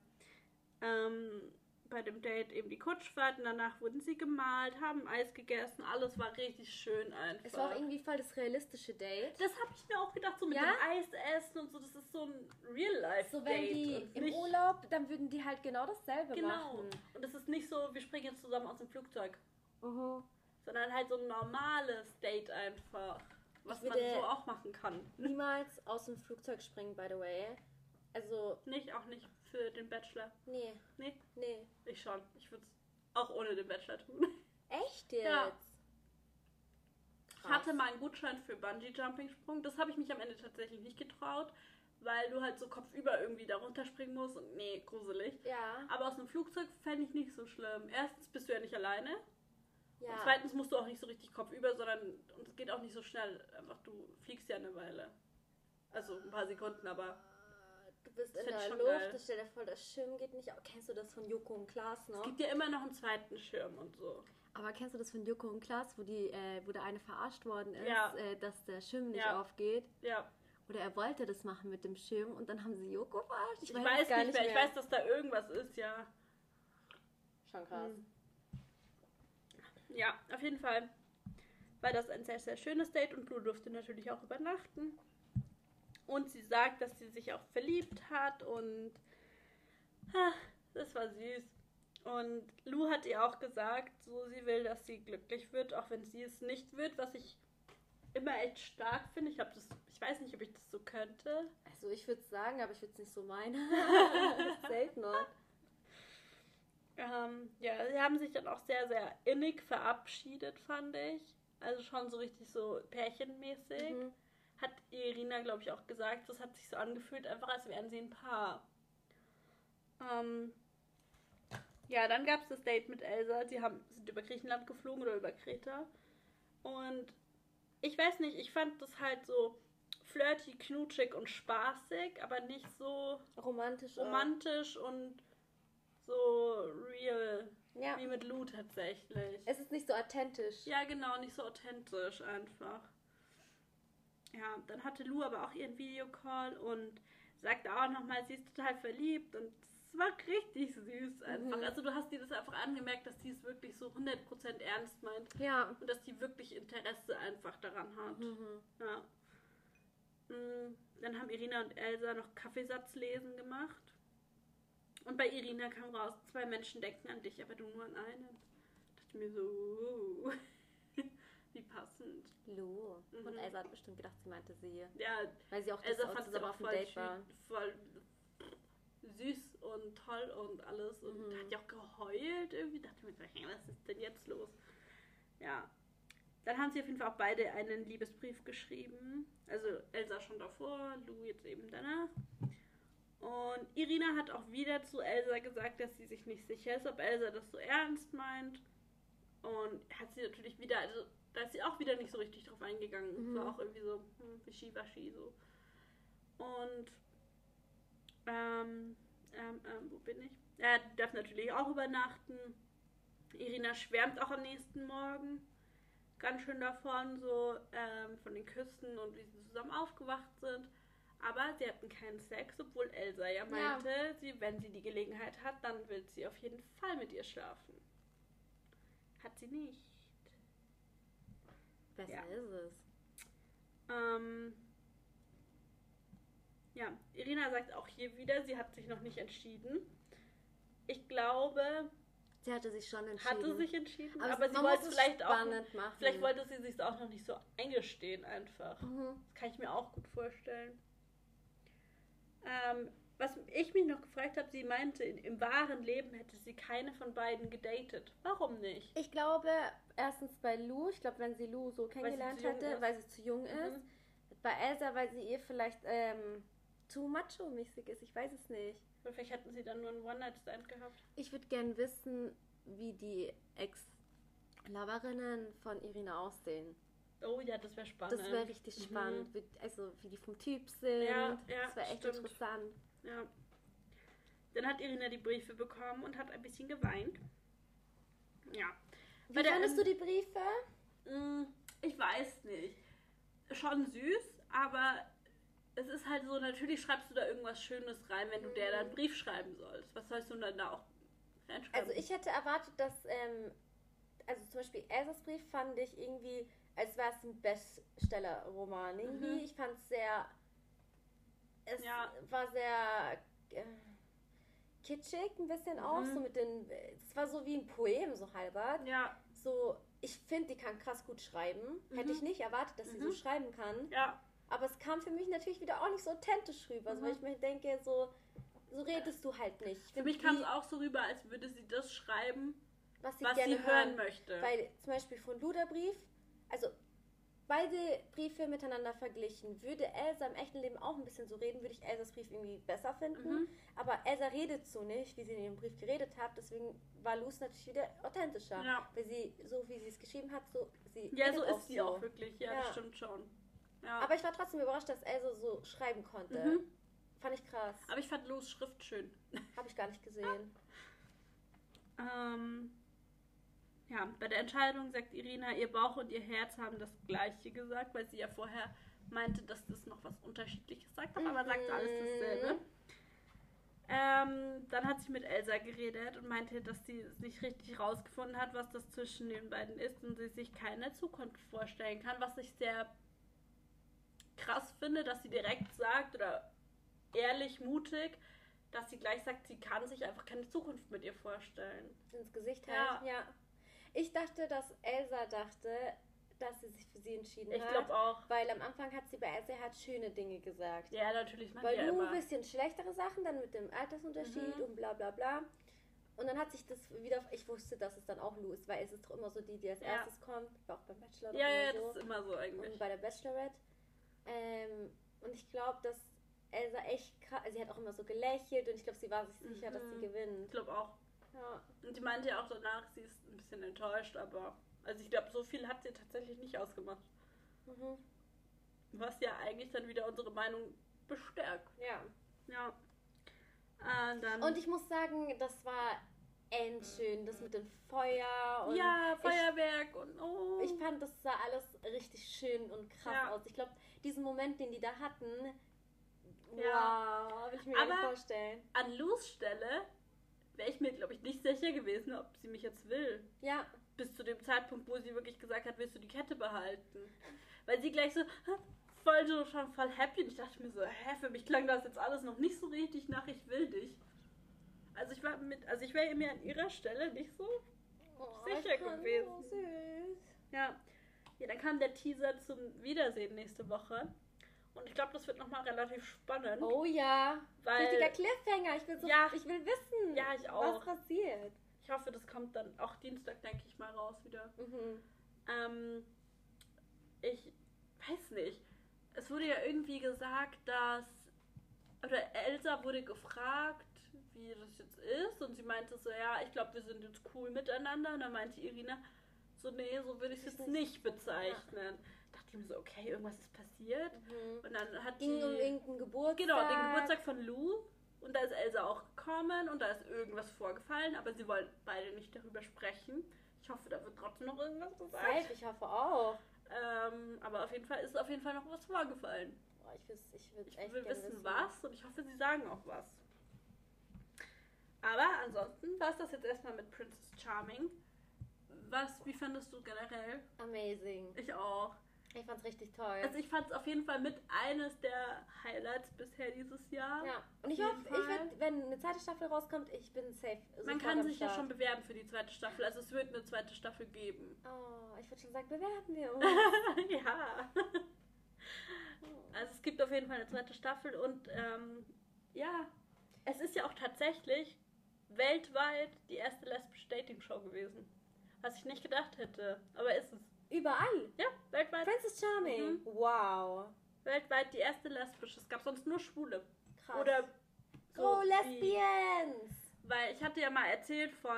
dem Date eben die Kutschfahrt und danach wurden sie gemalt, haben Eis gegessen, alles war richtig schön einfach. Es war auch irgendwie voll das realistische Date. Das habe ich mir auch gedacht, so mit dem Eisessen und so, das ist so ein Real-Life-Date. So wenn die im Urlaub, dann würden die halt genau dasselbe machen. Und es ist nicht so, wir springen jetzt zusammen aus dem Flugzeug. Sondern halt so ein normales Date einfach, was man so auch machen kann. Niemals aus dem Flugzeug springen, by the way. Also... Auch nicht für den Bachelor. Nee. Nee? Nee. Ich schon. Ich würde es auch ohne den Bachelor tun. Echt jetzt? Ja. Ich hatte mal einen Gutschein für Bungee-Jumping-Sprung. Das habe ich mich am Ende tatsächlich nicht getraut, weil du halt so kopfüber irgendwie da runterspringen musst und gruselig. Ja. Aber aus einem Flugzeug fände ich nicht so schlimm. Erstens bist du ja nicht alleine. Ja. Und zweitens musst du auch nicht so richtig kopfüber, sondern und es geht auch nicht so schnell. Einfach, du fliegst ja eine Weile. Also ein paar Sekunden, aber... Du bist in der Luft, stell dir vor, der Schirm geht nicht. Aber kennst du das von Joko und Klaas noch? Es gibt ja immer noch einen zweiten Schirm und so. Aber kennst du das von Joko und Klaas, wo der eine verarscht worden ist, dass der Schirm nicht aufgeht? Ja. Oder er wollte das machen mit dem Schirm und dann haben sie Joko verarscht. Ich weiß gar nicht mehr. Ich weiß, dass da irgendwas ist, ja. Schon krass. Ja, auf jeden Fall war das ein sehr, sehr schönes Date und Lou durfte natürlich auch übernachten. Und sie sagt, dass sie sich auch verliebt hat und das war süß. Und Lou hat ihr auch gesagt, so sie will, dass sie glücklich wird, auch wenn sie es nicht wird, was ich immer echt stark finde. Ich weiß nicht, ob ich das so könnte. Also ich würde sagen, aber ich würde es nicht so meinen. Seltener. Ja, sie haben sich dann auch sehr, sehr innig verabschiedet, fand ich. Also schon so richtig so pärchenmäßig. Hat Irina, glaube ich, auch gesagt, das hat sich so angefühlt, einfach als wären sie ein Paar. Ja, dann gab es das Date mit Elsa. Sie sind über Griechenland geflogen oder über Kreta. Und ich weiß nicht, ich fand das halt so flirty, knutschig und spaßig, aber nicht so romantisch und so real, wie mit Lou tatsächlich. Es ist nicht so authentisch. Ja, genau, nicht so authentisch einfach. Ja, dann hatte Lou aber auch ihren Videocall und sagte auch nochmal, sie ist total verliebt und es war richtig süß einfach. Also du hast dir das einfach angemerkt, dass sie es wirklich so 100% ernst meint. Ja. Und dass die wirklich Interesse einfach daran hat. Ja. Dann haben Irina und Elsa noch Kaffeesatzlesen gemacht. Und bei Irina kam raus, 2 Menschen denken an dich, aber du nur an einen. Da dachte ich mir so, wie passend. Lou. Und Elsa hat bestimmt gedacht, sie meinte sie. Ja, weil sie auch Elsa fand es aber auf dem Date war. Voll süß und toll und alles. Und hat ja auch geheult irgendwie. Da dachte ich mir, was ist denn jetzt los? Ja. Dann haben sie auf jeden Fall auch beide einen Liebesbrief geschrieben. Also Elsa schon davor, Lou jetzt eben danach. Und Irina hat auch wieder zu Elsa gesagt, dass sie sich nicht sicher ist, ob Elsa das so ernst meint. Und hat sie natürlich wieder, also da ist sie auch wieder nicht so richtig drauf eingegangen. War auch irgendwie so wischiwaschi so. Und wo bin ich? Er darf natürlich auch übernachten. Irina schwärmt auch am nächsten Morgen ganz schön davon, so von den Küssen und wie sie zusammen aufgewacht sind. Aber sie hatten keinen Sex, obwohl Elsa ja meinte, wenn sie die Gelegenheit hat, dann will sie auf jeden Fall mit ihr schlafen. Hat sie nicht. Besser ist es. Ja, Irina sagt auch hier wieder, sie hat sich noch nicht entschieden. Ich glaube, sie hatte sich schon entschieden. Aber sie wollte es vielleicht auch machen. Vielleicht wollte sie sich auch noch nicht so eingestehen einfach. Das kann ich mir auch gut vorstellen. Was ich mich noch gefragt habe, sie meinte, im wahren Leben hätte sie keine von beiden gedatet. Warum nicht? Ich glaube, erstens bei Lou, wenn sie Lou so kennengelernt hätte, weil sie zu jung ist. Bei Elsa, weil sie ihr vielleicht zu macho-mäßig ist, ich weiß es nicht. Oder vielleicht hatten sie dann nur einen One-Night-Stand gehabt. Ich würde gerne wissen, wie die Ex-Loverinnen von Irina aussehen. Oh ja, das wäre spannend. Das wäre richtig spannend. Also wie die vom Typ sind. Ja, das wäre echt interessant. Ja. Dann hat Irina die Briefe bekommen und hat ein bisschen geweint. Ja. Wie fandest du die Briefe? Ich weiß nicht. Schon süß, aber es ist halt so, natürlich schreibst du da irgendwas Schönes rein, wenn du der dann einen Brief schreiben sollst. Was sollst du dann da auch reinschreiben? Also ich hätte erwartet, dass, also zum Beispiel Elsas Brief fand ich irgendwie, als wäre es ein Bestseller-Roman irgendwie. Ich fand es war sehr kitschig ein bisschen auch, so mit den, es war so wie ein Poem, so halber. Ja. So, ich finde, die kann krass gut schreiben. Hätte ich nicht erwartet, dass sie so schreiben kann. Ja. Aber es kam für mich natürlich wieder auch nicht so authentisch rüber, also weil ich mir denke, so redest du halt nicht. Für mich kam es auch so rüber, als würde sie das schreiben, was sie gerne hören möchte. Weil zum Beispiel von Luderbrief, also beide Briefe miteinander verglichen, würde Elsa im echten Leben auch ein bisschen so reden, würde ich Elsas Brief irgendwie besser finden. Aber Elsa redet so nicht, wie sie in ihrem Brief geredet hat, deswegen war Luz natürlich wieder authentischer. Ja. Weil sie, so wie sie es geschrieben hat, so sie ja, so ist sie auch wirklich, das stimmt schon. Ja. Aber ich war trotzdem überrascht, dass Elsa so schreiben konnte. Fand ich krass. Aber ich fand Luz Schrift schön. Habe ich gar nicht gesehen. Ja, bei der Entscheidung sagt Irina, ihr Bauch und ihr Herz haben das Gleiche gesagt, weil sie ja vorher meinte, dass das noch was Unterschiedliches sagt, aber sagt alles dasselbe. Dann hat sie mit Elsa geredet und meinte, dass sie es nicht richtig rausgefunden hat, was das zwischen den beiden ist und sie sich keine Zukunft vorstellen kann, was ich sehr krass finde, dass sie direkt sagt oder ehrlich, mutig, dass sie gleich sagt, sie kann sich einfach keine Zukunft mit ihr vorstellen. Ins Gesicht halt, ja. Ich dachte, dass Elsa dachte, dass sie sich für sie entschieden Ich hat. glaube auch. Weil am Anfang hat sie bei Ersehat schöne Dinge gesagt. Ja, natürlich, man Bei ja Lou immer. ein bisschen schlechtere Sachen, dann mit dem Altersunterschied und bla bla bla. Und dann hat sich das wieder, ich wusste, dass es dann auch Lou ist, weil es ist doch immer so die als erstes kommt. War auch beim Bachelor Ja, immer ja, so. das ist immer so eigentlich. Und bei der Bachelorette. Und ich glaube, dass Elsa echt krass, also sie hat auch immer so gelächelt und ich glaube, sie war sich sicher, dass sie gewinnt. Ich glaube auch. Ja. Und sie meinte ja auch danach, sie ist ein bisschen enttäuscht, aber also ich glaube, so viel hat sie tatsächlich nicht ausgemacht. Was ja eigentlich dann wieder unsere Meinung bestärkt. Ja. Ja. Dann Und ich muss sagen, das war endschön, das mit dem Feuer und ja, Feuerwerk und oh. ich fand, das sah alles richtig schön und krass aus. Ich glaube, diesen Moment, den die da hatten, wow, will ich mir gar nicht vorstellen. An Lus Stelle wäre ich mir, glaube ich, nicht sicher gewesen, ob sie mich jetzt will. Ja. Bis zu dem Zeitpunkt, wo sie wirklich gesagt hat, willst du die Kette behalten? Weil sie gleich so schon voll happy und ich dachte mir so, für mich klang das jetzt alles noch nicht so richtig nach, ich will dich. Also ich wäre mir an ihrer Stelle nicht so sicher gewesen. So süß. Ja, dann kam der Teaser zum Wiedersehen nächste Woche. Und ich glaube, das wird nochmal relativ spannend. Oh ja, weil, richtiger Cliffhanger. Ich will wissen, ja, ich auch. was passiert. Ich hoffe, das kommt dann auch Dienstag, denke ich mal, raus wieder. Ich weiß nicht. Es wurde ja irgendwie gesagt, oder Elsa wurde gefragt, wie das jetzt ist. Und sie meinte so, ja, ich glaube, wir sind jetzt cool miteinander. Und dann meinte Irina so, nee, so würde ich es jetzt nicht bezeichnen. Ja. Dachte ich mir so, okay, irgendwas ist passiert. Und dann hat ging um irgendeinen Geburtstag. Genau, den Geburtstag von Lou. Und da ist Elsa auch gekommen und da ist irgendwas vorgefallen. Aber sie wollen beide nicht darüber sprechen. Ich hoffe, da wird trotzdem noch irgendwas gesagt. Safe, ich hoffe auch. Aber auf jeden Fall ist noch was vorgefallen. Oh, ich will wissen, was, und ich hoffe, sie sagen auch was. Aber ansonsten war es das jetzt erstmal mit Princess Charming. Wie fandest du generell? Amazing. Ich auch. Ich fand's richtig toll. Also ich fand's auf jeden Fall mit eines der Highlights bisher dieses Jahr. Ja, und ich hoffe, wenn eine zweite Staffel rauskommt, ich bin safe. Man kann sich ja schon bewerben für die zweite Staffel, also es wird eine zweite Staffel geben. Oh, ich würde schon sagen, bewerben wir uns. Ja. Also es gibt auf jeden Fall eine zweite Staffel und ja, es ist ja auch tatsächlich weltweit die erste lesbische Dating-Show gewesen. Was ich nicht gedacht hätte, aber ist es. Überall? Ja, weltweit. Princess Charming? Wow. Weltweit die erste lesbische. Es gab sonst nur Schwule. Krass. Oder so Lesbians! Weil ich hatte ja mal erzählt von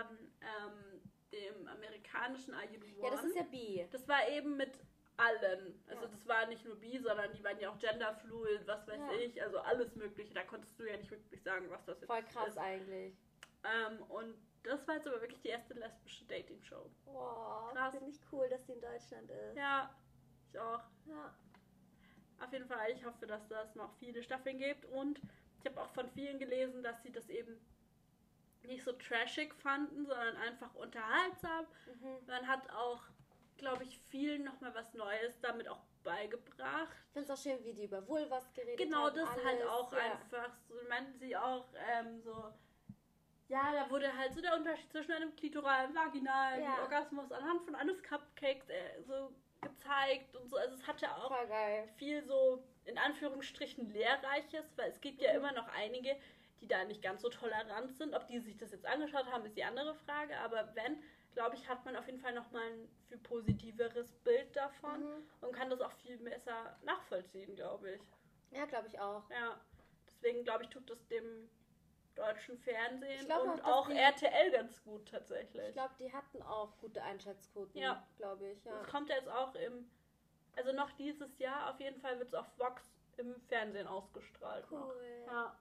dem amerikanischen Are You the One. Ja, das ist ja bi. Das war eben mit allen. Also das war nicht nur bi, sondern die waren ja auch genderfluid, was weiß ich. Also alles mögliche. Da konntest du ja nicht wirklich sagen, was das jetzt ist. Voll krass eigentlich. Und das war jetzt aber wirklich die erste lesbische Dating-Show. Wow, finde ich cool, dass die in Deutschland ist. Ja, ich auch. Ja. Auf jeden Fall, ich hoffe, dass das noch viele Staffeln gibt. Und ich habe auch von vielen gelesen, dass sie das eben nicht so trashig fanden, sondern einfach unterhaltsam. Man hat auch, glaube ich, vielen nochmal was Neues damit auch beigebracht. Ich finde es auch schön, wie die über Vulvas geredet haben. Genau, das alles, halt auch einfach so, meinten sie auch so. Ja, da wurde halt so der Unterschied zwischen einem klitoralen, vaginalen Orgasmus anhand von eines Cupcakes so gezeigt und so. Also es hatte auch viel so, in Anführungsstrichen, Lehrreiches, weil es gibt ja immer noch einige, die da nicht ganz so tolerant sind. Ob die sich das jetzt angeschaut haben, ist die andere Frage. Aber wenn, glaube ich, hat man auf jeden Fall nochmal ein viel positiveres Bild davon und kann das auch viel besser nachvollziehen, glaube ich. Ja, glaube ich auch. Ja, deswegen, glaube ich, tut das dem deutschen Fernsehen und auch RTL ganz gut tatsächlich. Ich glaube, die hatten auch gute Einschätzquoten, glaube ich. Ja. Das kommt jetzt auch also noch dieses Jahr, auf jeden Fall wird es auf Vox im Fernsehen ausgestrahlt. Cool. Noch. Ja.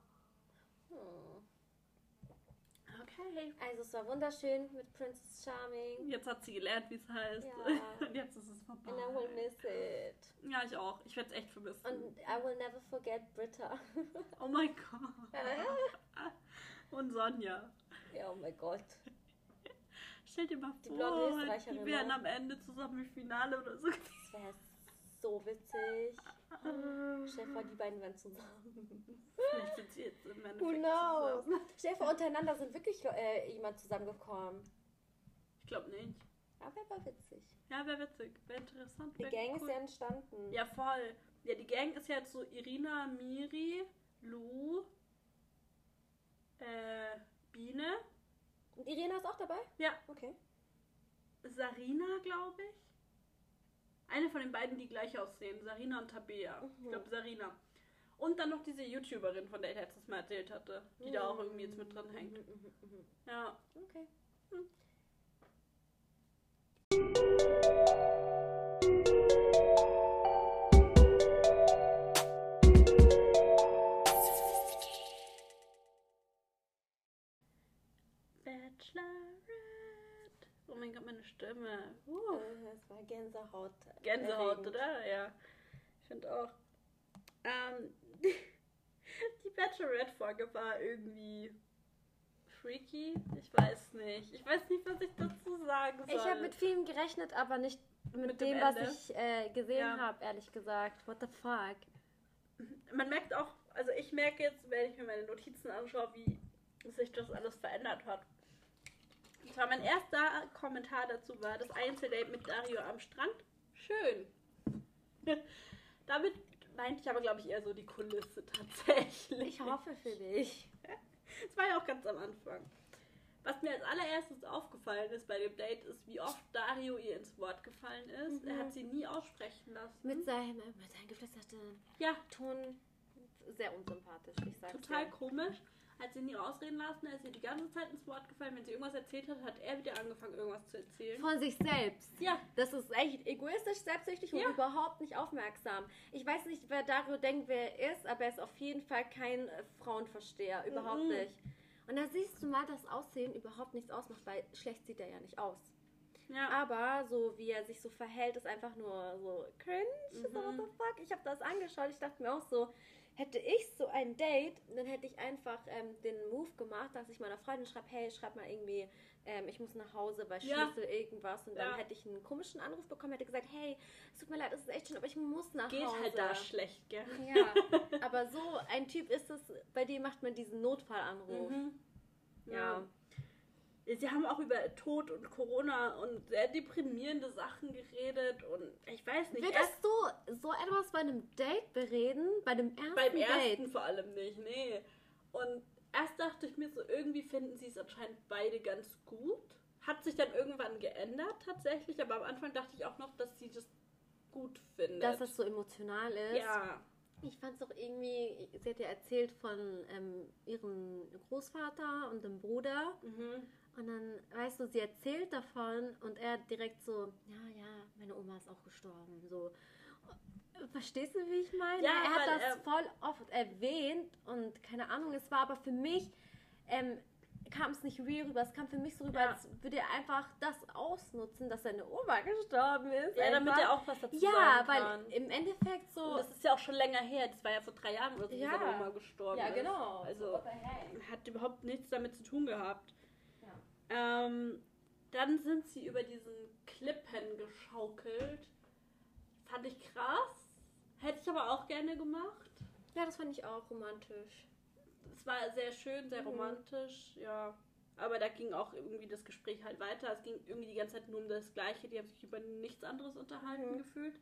Okay. Also es war wunderschön mit Princess Charming. Jetzt hat sie gelernt, wie es heißt. Ja. Und jetzt ist es vorbei. And I will miss it. Ja, ich auch. Ich werde es echt vermissen. Und I will never forget Britta. Oh mein Gott. Und Sonja. Ja, oh mein Gott. Stell dir mal die blonde Österreicherin, die wären am Ende zusammen im Finale oder so. Das wäre so witzig. Stell dir vor, die beiden wären zusammen. Vielleicht sind sie jetzt im Endeffekt Who knows? zusammen. Stell dir vor, untereinander sind wirklich jemand zusammengekommen. Ich glaube nicht. Aber er war witzig. Ja, wäre witzig. Wäre interessant. Die Gang ist ja entstanden. Ja, voll. Ja, die Gang ist ja jetzt so Irina, Miri, Lou, Biene. Und Irina ist auch dabei? Ja. Okay. Sarina, glaube ich. Eine von den beiden, die gleich aussehen. Sarina und Tabea. Ich glaube, Sarina. Und dann noch diese YouTuberin, von der ich letztes Mal erzählt hatte, die da auch irgendwie jetzt mit drin hängt. Ja. Okay. Bachelorette. Oh mein Gott, meine Stimme. Es war Gänsehaut. Gänsehaut, erregend. oder? Ja. Ich finde auch. Die Bachelorette-Folge war irgendwie freaky. Ich weiß nicht. Ich weiß nicht, was ich dazu sagen soll. Ich habe mit vielem gerechnet, aber nicht mit dem dem, was Ende. ich gesehen Ja. habe, ehrlich gesagt. What the fuck? Man merkt auch, also ich merke jetzt, wenn ich mir meine Notizen anschaue, wie sich das alles verändert hat. Und zwar mein erster Kommentar dazu war das Einzeldate mit Dario am Strand. Schön. Damit meinte ich aber, glaube ich, eher so die Kulisse tatsächlich. Ich hoffe für dich. Das war ja auch ganz am Anfang. Was mir als allererstes aufgefallen ist bei dem Date, ist, wie oft Dario ihr ins Wort gefallen ist. Er hat sie nie aussprechen lassen. Mit seinem geflüsterten Ja, Ton sehr unsympathisch, ich sag's total dir. komisch. Hat sie nie ausreden lassen, er ist ihr die ganze Zeit ins Wort gefallen. Wenn sie irgendwas erzählt hat, hat er wieder angefangen, irgendwas zu erzählen. Von sich selbst. Ja. Das ist echt egoistisch, selbstsüchtig und Ja. überhaupt nicht aufmerksam. Ich weiß nicht, wer Dario denkt, wer er ist, aber er ist auf jeden Fall kein Frauenversteher. Überhaupt nicht. Und da siehst du mal, dass Aussehen überhaupt nichts ausmacht, weil schlecht sieht er ja nicht aus. Ja. Aber so wie er sich so verhält, ist einfach nur so cringe. So, what the fuck? Ich habe das angeschaut. Ich dachte mir auch so, hätte ich so ein Date, dann hätte ich einfach den Move gemacht, dass ich meiner Freundin schreibe, hey, schreib mal irgendwie, ich muss nach Hause, weil Ja. Schlüssel irgendwas. Und dann Ja. hätte ich einen komischen Anruf bekommen, hätte gesagt, hey, es tut mir leid, es ist echt schön, aber ich muss nach Geht Hause. halt da schlecht, gell? Ja, aber so ein Typ ist es, bei dem macht man diesen Notfallanruf. Ja. Sie haben auch über Tod und Corona und sehr deprimierende Sachen geredet und ich weiß nicht. Würdest du so etwas bei einem Date bereden? Bei dem ersten beim Date? ersten vor allem nicht, nee. Und erst dachte ich mir so, irgendwie finden sie es anscheinend beide ganz gut. Hat sich dann irgendwann geändert tatsächlich, aber am Anfang dachte ich auch noch, dass sie das gut findet. Dass das so emotional ist. ja. Ich fand es auch irgendwie, sie hat ja erzählt von ihrem Großvater und dem Bruder. Und dann, weißt du, sie erzählt davon und er direkt so, ja, meine Oma ist auch gestorben. So. Verstehst du, wie ich meine? Ja, er hat weil das voll oft erwähnt und keine Ahnung, es war aber für mich, kam es nicht real rüber. Es kam für mich so rüber, Ja. als würde er einfach das ausnutzen, dass seine Oma gestorben ist. Ja, damit einfach. er auch was dazu Ja, sagen weil kann. im Endeffekt so... Und das ist ja auch schon länger her. Das war ja vor 3 Jahren oder so, Ja. dass seine Oma gestorben Ja, ist. genau. Also What the heck? hat überhaupt nichts damit zu tun gehabt. Ja. Dann sind sie über diesen Klippen geschaukelt. Fand ich krass. Hätte ich aber auch gerne gemacht. Ja, das fand ich auch romantisch. Es war sehr schön, sehr romantisch, ja. Aber da ging auch irgendwie das Gespräch halt weiter. Es ging irgendwie die ganze Zeit nur um das Gleiche. Die haben sich über nichts anderes unterhalten gefühlt.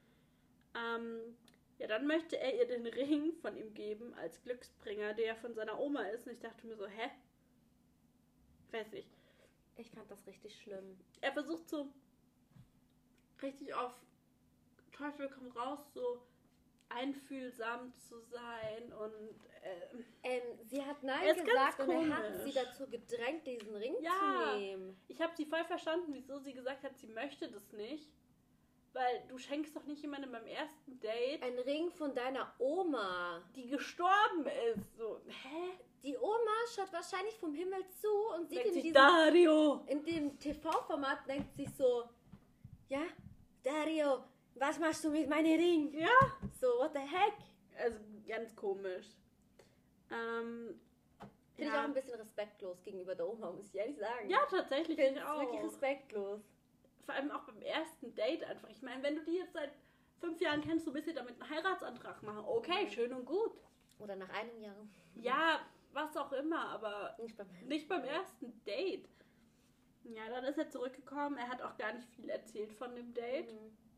Ja, dann möchte er ihr den Ring von ihm geben als Glücksbringer, der von seiner Oma ist. Und ich dachte mir so, hä? Weiß nicht. Ich fand das richtig schlimm. Er versucht so richtig auf Teufel komm raus, so einfühlsam zu sein und Sie hat Nein Er ist gesagt ganz und er hat komisch. sie dazu gedrängt, diesen Ring Ja. zu nehmen. ich habe sie voll verstanden, wieso sie gesagt hat, sie möchte das nicht. Weil du schenkst doch nicht jemandem beim ersten Date, Ein Ring von deiner Oma. die gestorben ist. So, hä? Die Oma schaut wahrscheinlich vom Himmel zu und sieht Denkt in sich, diesem Dario! in dem TV-Format, denkt sich so, ja, Dario, was machst du mit meinem Ring? Ja, So, what the heck? also ganz komisch. Finde ich auch Ja. ein bisschen respektlos gegenüber der Oma, muss ich ehrlich sagen. Ja, tatsächlich. ich finde Ich es wirklich auch. respektlos. Vor allem auch beim ersten Date einfach. Ich meine, wenn du die jetzt seit 5 Jahren kennst, du willst dir damit einen Heiratsantrag machen. Okay, schön und gut. Oder nach einem Jahr. Ja, was auch immer, aber Nicht beim nicht beim ersten Date. Ja, dann ist er zurückgekommen. Er hat auch gar nicht viel erzählt von dem Date.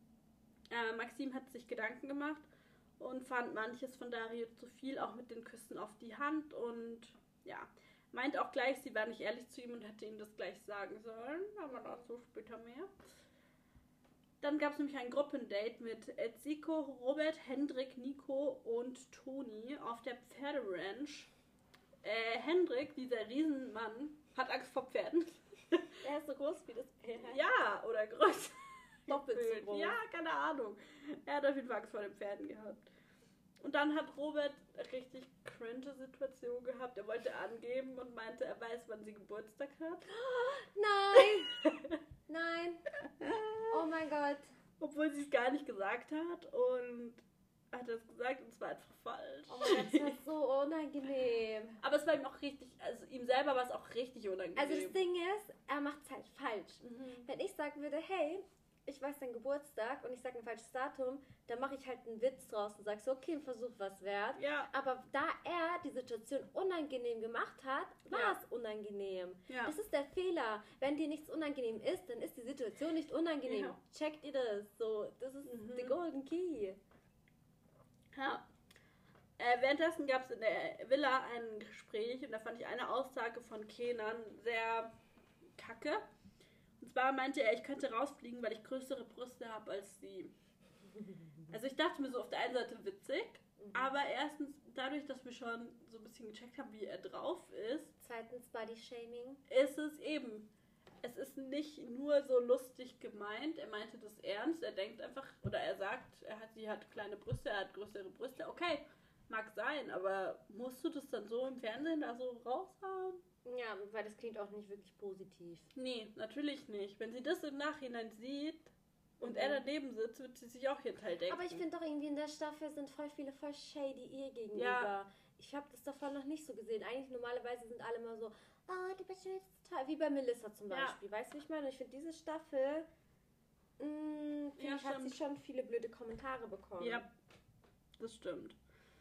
Maxim hat sich Gedanken gemacht und fand manches von Dario zu viel, auch mit den Küssen auf die Hand und ja, meint auch gleich, sie war nicht ehrlich zu ihm und hätte ihm das gleich sagen sollen, aber dazu später mehr. Dann gab es nämlich ein Gruppendate mit Zico, Robert, Hendrik, Nico und Toni auf der Pferderanch. Hendrik, dieser Riesenmann, hat Angst vor Pferden. Er ist so groß wie das Pferd. Ja, oder größer. Doppelt so groß. Ja, keine Ahnung. Er hat auf jeden Fall Angst vor den Pferden gehabt. Und dann hat Robert eine richtig cringe Situation gehabt. Er wollte angeben und meinte, er weiß, wann sie Geburtstag hat. Nein! Nein! Oh mein Gott. Obwohl sie es gar nicht gesagt hat und hat das gesagt und es war einfach falsch. Oh mein Gott, das war so unangenehm. Aber es war ihm auch richtig, also ihm selber war es auch richtig unangenehm. Also das Ding ist, er macht es halt falsch. Wenn ich sagen würde, hey, ich weiß deinen Geburtstag und ich sage ein falsches Datum, dann mache ich halt einen Witz draus und sage so, okay, ein Versuch was wert. Ja. Aber da er die Situation unangenehm gemacht hat, war es unangenehm. Ja. Das ist der Fehler. Wenn dir nichts unangenehm ist, dann ist die Situation nicht unangenehm. Ja. Checkt ihr das? So, das ist the golden key. Ja. Währenddessen gab es in der Villa ein Gespräch und da fand ich eine Aussage von Kenan sehr kacke. Und zwar meinte er, ich könnte rausfliegen, weil ich größere Brüste habe als sie. Also ich dachte mir so auf der einen Seite witzig, aber erstens dadurch, dass wir schon so ein bisschen gecheckt haben, wie er drauf ist. Zweitens Body-Shaming. Ist es eben. Es ist nicht nur so lustig gemeint, er meinte das ernst, er denkt einfach, oder er sagt, sie hat kleine Brüste, er hat größere Brüste. Okay, mag sein, aber musst du das dann so im Fernsehen da so raushauen? Ja, weil das klingt auch nicht wirklich positiv. Nee, natürlich nicht. Wenn sie das im Nachhinein sieht und er daneben sitzt, wird sie sich auch ihr Teil denken. Aber ich finde doch irgendwie in der Staffel sind voll viele voll shady ihr gegenüber. Ja. Ich habe das davon noch nicht so gesehen. Eigentlich normalerweise sind alle immer so, oh, du bist jetzt total, wie bei Melissa zum Beispiel. Weißt du, wie ich meine? Ich finde diese Staffel, hat sie schon viele blöde Kommentare bekommen. Ja, das stimmt.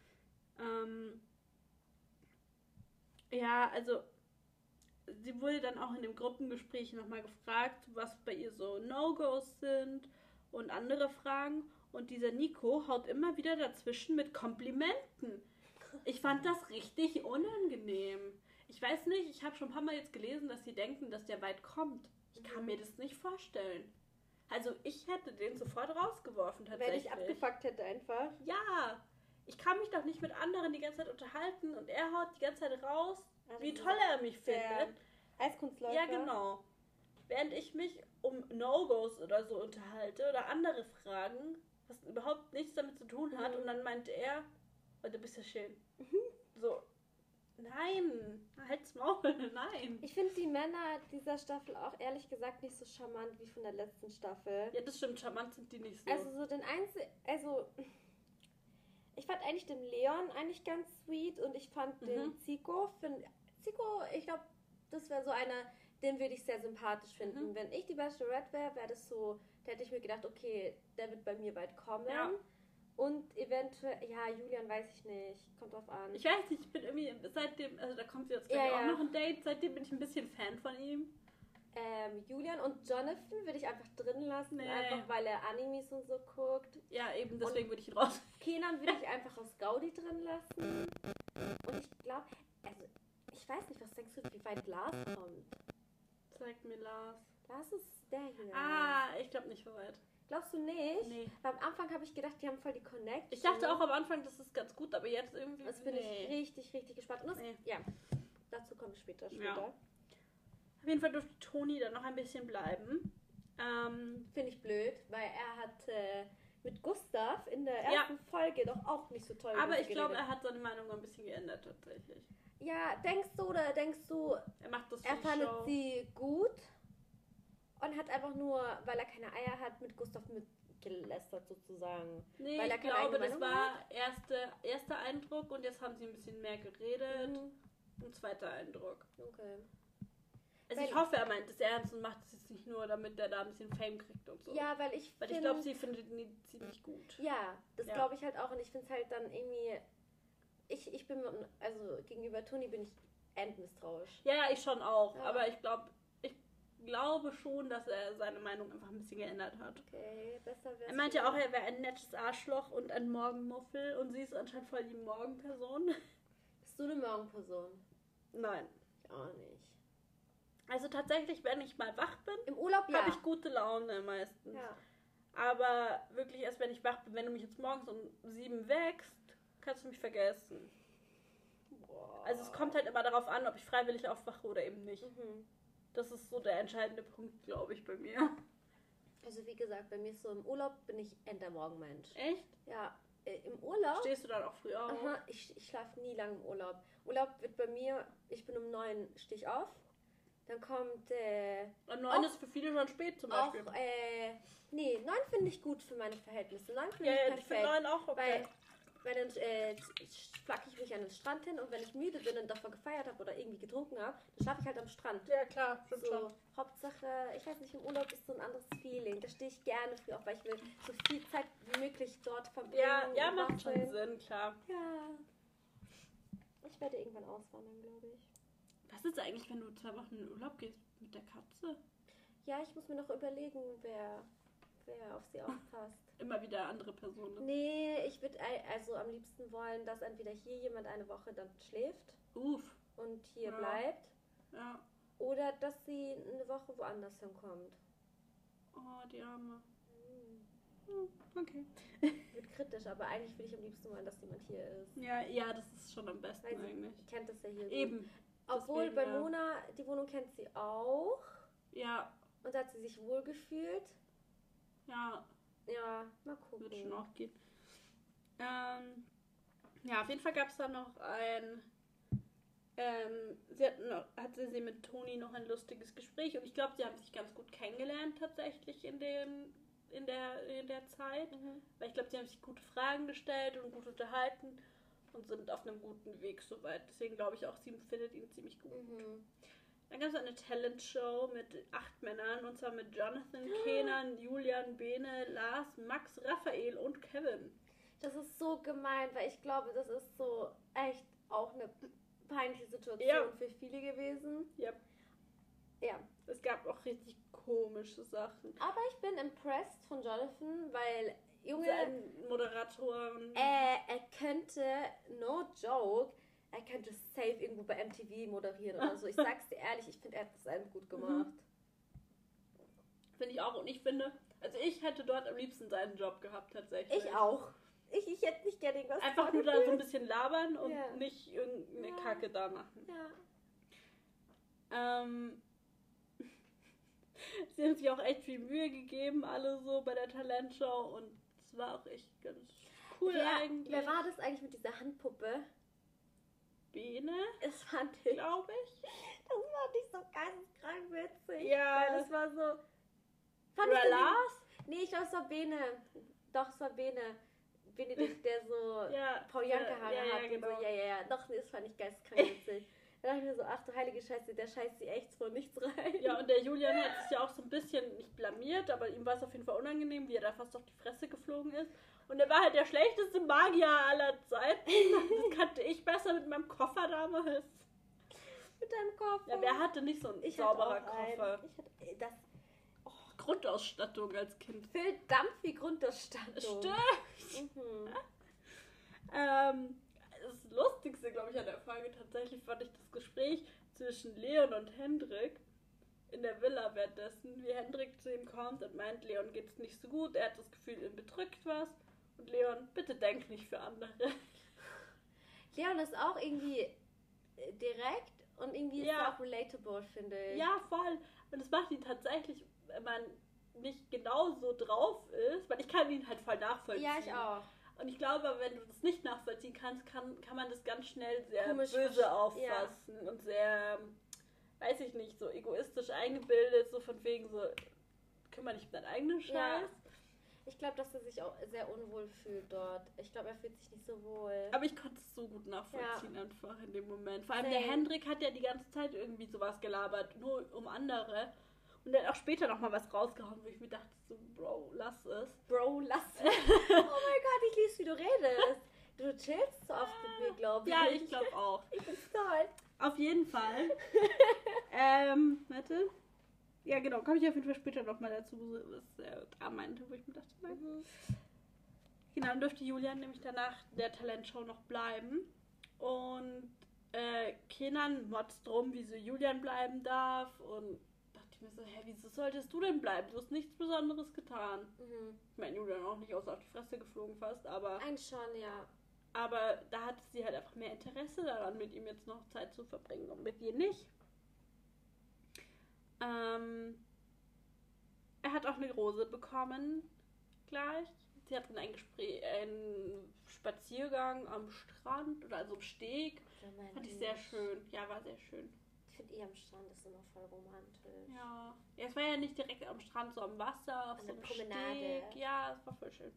Ja, also sie wurde dann auch in dem Gruppengespräch nochmal gefragt, was bei ihr so No-Gos sind und andere Fragen. Und dieser Nico haut immer wieder dazwischen mit Komplimenten. Ich fand das richtig unangenehm. Ich weiß nicht, ich habe schon ein paar Mal jetzt gelesen, dass sie denken, dass der weit kommt. Ich kann mir das nicht vorstellen. Also ich hätte den sofort rausgeworfen tatsächlich. Wenn ich abgefuckt hätte einfach. Ja, ich kann mich doch nicht mit anderen die ganze Zeit unterhalten und er haut die ganze Zeit raus, Also wie toll er mich findet. Eiskunstläufer. Ja, genau. Während ich mich um No-Gos oder so unterhalte oder andere Fragen, was überhaupt nichts damit zu tun hat, und dann meinte er, oh, du bist ja schön. So, nein, halt's Maul, nein. Ich finde die Männer dieser Staffel auch ehrlich gesagt nicht so charmant wie von der letzten Staffel. Ja, das stimmt, charmant sind die nicht so. Also so ich fand eigentlich den Leon eigentlich ganz sweet und ich fand den Zico, ich glaube, das wäre so einer, den würde ich sehr sympathisch finden. Wenn ich die Bachelorette wäre das so, da hätte ich mir gedacht, okay, der wird bei mir bald kommen. Ja. Und eventuell, ja, Julian weiß ich nicht, kommt drauf an. Ich weiß nicht, ich bin irgendwie seitdem, also da kommt jetzt gleich auch noch ein Date, seitdem bin ich ein bisschen Fan von ihm. Julian und Jonathan würde ich einfach drin lassen, einfach weil er Animes und so guckt. Ja, eben, deswegen würde ich ihn raus. Kenan würde ich einfach aus Gaudi drin lassen. Und ich glaube, also, ich weiß nicht, was denkst du, wie weit Lars kommt? Zeig mir Lars. Lars ist der hier. Ah, ich glaube nicht so weit. Glaubst du nicht? Nee. Weil am Anfang habe ich gedacht, die haben voll die Connection. Ich dachte auch am Anfang, das ist ganz gut, aber jetzt irgendwie. Das bin ich richtig, richtig gespannt. Und ja, dazu komme ich später. Ja. Auf jeden Fall durfte Toni dann noch ein bisschen bleiben. Finde ich blöd, weil er hat mit Gustav in der ersten Folge doch auch nicht so toll aber ich glaube, er hat seine Meinung ein bisschen geändert tatsächlich. Ja, denkst du, er macht das er fandet sie gut und hat einfach nur, weil er keine Eier hat, mit Gustav mitgelästert sozusagen? Nee, weil er ich glaube, das war erster Eindruck und jetzt haben sie ein bisschen mehr geredet. Ein zweiter Eindruck. Okay. Also ich hoffe, er meint es ernst und macht es jetzt nicht nur, damit er da ein bisschen Fame kriegt und so. Ja, weil ich glaube, sie findet ihn ziemlich gut. Ja, das glaube ich halt auch und ich finde es halt dann irgendwie, ich bin, also gegenüber Toni bin ich endmisstrauisch. Ja, ich schon auch, aber ich glaube, glaube schon, dass er seine Meinung einfach ein bisschen geändert hat. Okay, besser wäre. Er meinte auch, er wäre ein nettes Arschloch und ein Morgenmuffel und sie ist anscheinend voll die Morgenperson. Bist du eine Morgenperson? Nein. Ich auch nicht. Also tatsächlich, wenn ich mal wach bin, im Urlaub habe ich gute Laune meistens. Ja. Aber wirklich erst, wenn ich wach bin, wenn du mich jetzt morgens um 7 wächst, kannst du mich vergessen. Boah. Also es kommt halt immer darauf an, ob ich freiwillig aufwache oder eben nicht. Mhm. Das ist so der entscheidende Punkt, glaube ich, bei mir. Also wie gesagt, bei mir ist so im Urlaub bin ich der Morgenmensch. Echt? Ja, im Urlaub. Stehst du dann auch früh auf? Aha, ich schlafe nie lang im Urlaub. Urlaub wird bei mir, ich bin um 9 stehe ich auf. Dann kommt um 9 ist für viele schon spät zum Beispiel. Auch, nee, 9 finde ich gut für meine Verhältnisse. 9 finde Ja, ich perfekt. ich finde 9 auch okay. Weil dann flacke ich mich an den Strand hin und wenn ich müde bin und davon gefeiert habe oder irgendwie getrunken habe, dann schlafe ich halt am Strand. Ja, klar, stimmt so, schon. Hauptsache, ich weiß nicht, im Urlaub ist so ein anderes Feeling. Da stehe ich gerne früh auf, weil ich will so viel Zeit wie möglich dort verbringen. Ja, macht schon Sinn, klar. Ja. Ich werde irgendwann auswandern, glaube ich. Was ist eigentlich, wenn du 2 Wochen in den Urlaub gehst mit der Katze? Ja, ich muss mir noch überlegen, wer auf sie aufpasst. Immer wieder andere Personen. Nee, ich würde also am liebsten wollen, dass entweder hier jemand eine Woche dann schläft und hier bleibt. Ja. Oder dass sie eine Woche woanders hinkommt. Oh, die Arme. Okay. Wird kritisch, aber eigentlich würde ich am liebsten wollen, dass jemand hier ist. Ja, das ist schon am besten eigentlich. Sie kennt das ja hier Eben. so. Obwohl bei Mona, die Wohnung kennt sie auch. Ja. Und da hat sie sich wohl gefühlt. Ja. Ja, mal gucken. Wird schon auch gehen. Ja, auf jeden Fall gab es da noch hatte sie mit Toni noch ein lustiges Gespräch und ich glaube, sie haben sich ganz gut kennengelernt tatsächlich in der Zeit. Weil ich glaube, sie haben sich gute Fragen gestellt und gut unterhalten und sind auf einem guten Weg soweit. Deswegen glaube ich auch, sie findet ihn ziemlich gut. Dann gab es eine Talent-Show mit 8 Männern, und zwar mit Jonathan, Kenan, Julian, Bene, Lars, Max, Raphael und Kevin. Das ist so gemein, weil ich glaube, das ist so echt auch eine peinliche Situation für viele gewesen. Ja. Ja. Es gab auch richtig komische Sachen. Aber ich bin impressed von Jonathan, weil Junge... Sein Moderator... Er könnte, no joke, er könnte safe irgendwo bei MTV moderieren oder so. Ich sag's dir ehrlich, ich finde, er hat das einfach gut gemacht. Finde ich auch. Und ich finde, also ich hätte dort am liebsten seinen Job gehabt, tatsächlich. Ich auch. Ich hätte nicht gerne irgendwas einfach nur da so ein bisschen labern und nicht irgendeine Kacke da machen. Ja. Sie haben sich auch echt viel Mühe gegeben, alle so bei der Talentshow, und es war auch echt ganz cool eigentlich. Wer war das eigentlich mit dieser Handpuppe? Bene? Das fand ich. Glaube ich. Das fand ich so geisteskrank witzig. Ja. Weil das war so... Oder Lars? Nee, ich glaube, es war Bene. Doch, es war Bene. Benedikt, der so Paul Janke-Haare hat genau. und so. Ja. Doch, nee, das fand ich geisteskrank witzig. Da dachte ich mir so, ach du heilige Scheiße, der scheißt sie echt vor nichts rein. Ja, und der Julian hat sich ja auch so ein bisschen nicht blamiert, aber ihm war es auf jeden Fall unangenehm, wie er da fast auf die Fresse geflogen ist. Und er war halt der schlechteste Magier aller Zeiten. Das kannte ich besser mit meinem Koffer damals. Mit deinem Koffer? Ja, wer hatte nicht so einen sauberer Koffer? Ich hatte Grundausstattung als Kind. Verdammt viel Grundausstattung. Stimmt. Das Lustigste, glaube ich, an der Folge tatsächlich fand ich das Gespräch zwischen Leon und Hendrik in der Villa währenddessen, wie Hendrik zu ihm kommt und meint, Leon geht's nicht so gut, er hat das Gefühl, ihn bedrückt was. Und Leon, bitte denk nicht für andere. Leon ist auch irgendwie direkt und irgendwie ist er auch relatable, finde ich. Ja, voll. Und es macht ihn tatsächlich, wenn man nicht genau so drauf ist, weil ich kann ihn halt voll nachvollziehen. Ja, ich auch. Und ich glaube, wenn du das nicht nachvollziehen kannst, kann man das ganz schnell sehr böse auffassen und sehr, weiß ich nicht, so egoistisch eingebildet, so von wegen so, kümmere dich um deinen eigenen Scheiß. Ja. Ich glaube, dass er sich auch sehr unwohl fühlt dort. Ich glaube, er fühlt sich nicht so wohl. Aber ich konnte es so gut nachvollziehen einfach in dem Moment. Vor allem der Hendrik hat ja die ganze Zeit irgendwie sowas gelabert, nur um andere. Und dann auch später nochmal was rausgehauen, wo ich mir dachte, so, Bro, lass es. Bro, lass es. Oh mein Gott, ich lieb's, wie du redest. Du chillst so oft mit mir, glaube ich. Ja, ich glaube auch. Ich find's toll. Auf jeden Fall. Warte. Ja, genau, komme ich auf jeden Fall später nochmal dazu, was er da meinte, wo ich mir dachte, nein. Genau, dann dürfte Julian nämlich danach der Talentshow noch bleiben. Und Kenan motzt drum, wieso Julian bleiben darf. Und dachte ich mir so, hä, wieso solltest du denn bleiben? Du hast nichts Besonderes getan. Ich meine, Julian auch nicht außer auf die Fresse geflogen fast, aber... Eigentlich schon, ja. Aber da hatte sie halt einfach mehr Interesse daran, mit ihm jetzt noch Zeit zu verbringen und mit ihr nicht. Er hat auch eine Rose bekommen gleich. Sie hatten einen Spaziergang am Strand oder also am Steg. Fand ich sehr schön. Ja, war sehr schön. Ich finde am Strand ist immer voll romantisch. Ja. Es war ja nicht direkt am Strand, so am Wasser, auf so einem Steg. Ja, es war voll schön.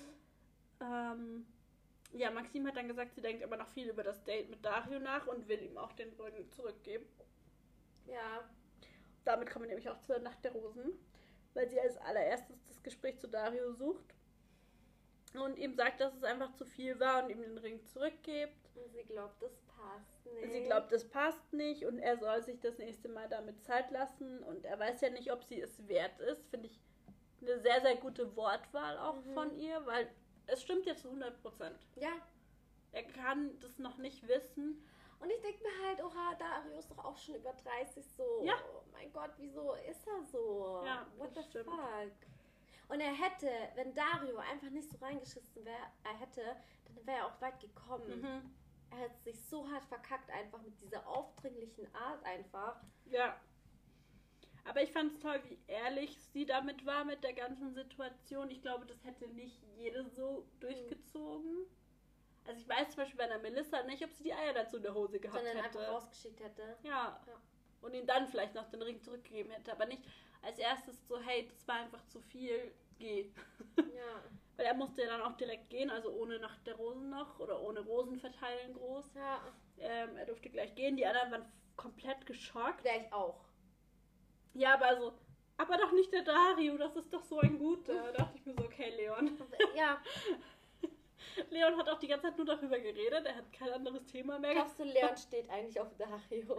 Ja, Maxim hat dann gesagt, sie denkt immer noch viel über das Date mit Dario nach und will ihm auch den Ring zurückgeben. Ja. Damit kommen wir nämlich auch zur Nacht der Rosen, weil sie als allererstes das Gespräch zu Dario sucht und ihm sagt, dass es einfach zu viel war und ihm den Ring zurückgibt. Und sie glaubt, das passt nicht. Sie glaubt, das passt nicht und er soll sich das nächste Mal damit Zeit lassen und er weiß ja nicht, ob sie es wert ist. Finde ich eine sehr, sehr gute Wortwahl auch von ihr, weil es stimmt ja zu 100%. Ja. Er kann das noch nicht wissen. Und ich denke mir halt, oha, Dario ist doch auch schon über 30 so. Ja. Oh mein Gott, wieso ist er so? Ja, What the stimmt. fuck? Und er hätte, wenn Dario einfach nicht so reingeschissen hätte, dann wäre er auch weit gekommen. Er hat sich so hart verkackt einfach mit dieser aufdringlichen Art einfach. Ja. Aber ich fand es toll, wie ehrlich sie damit war mit der ganzen Situation. Ich glaube, das hätte nicht jede so durchgezogen. Also ich weiß zum Beispiel bei der Melissa nicht, ob sie die Eier dazu in der Hose gehabt sondern hätte. einfach rausgeschickt hätte. Ja. Und ihm dann vielleicht noch den Ring zurückgegeben hätte. Aber nicht als erstes so, hey, das war einfach zu viel, geh. Ja. Weil er musste ja dann auch direkt gehen, also ohne Nacht der Rosen noch oder ohne Rosen verteilen groß. Ja. Er durfte gleich gehen. Die anderen waren komplett geschockt. Wäre ich auch. Ja, aber doch nicht der Dario, das ist doch so ein guter. Da dachte ich mir so, okay, Leon. Ja. Leon hat auch die ganze Zeit nur darüber geredet, er hat kein anderes Thema mehr. Glaubst du, Leon steht eigentlich auf Dario?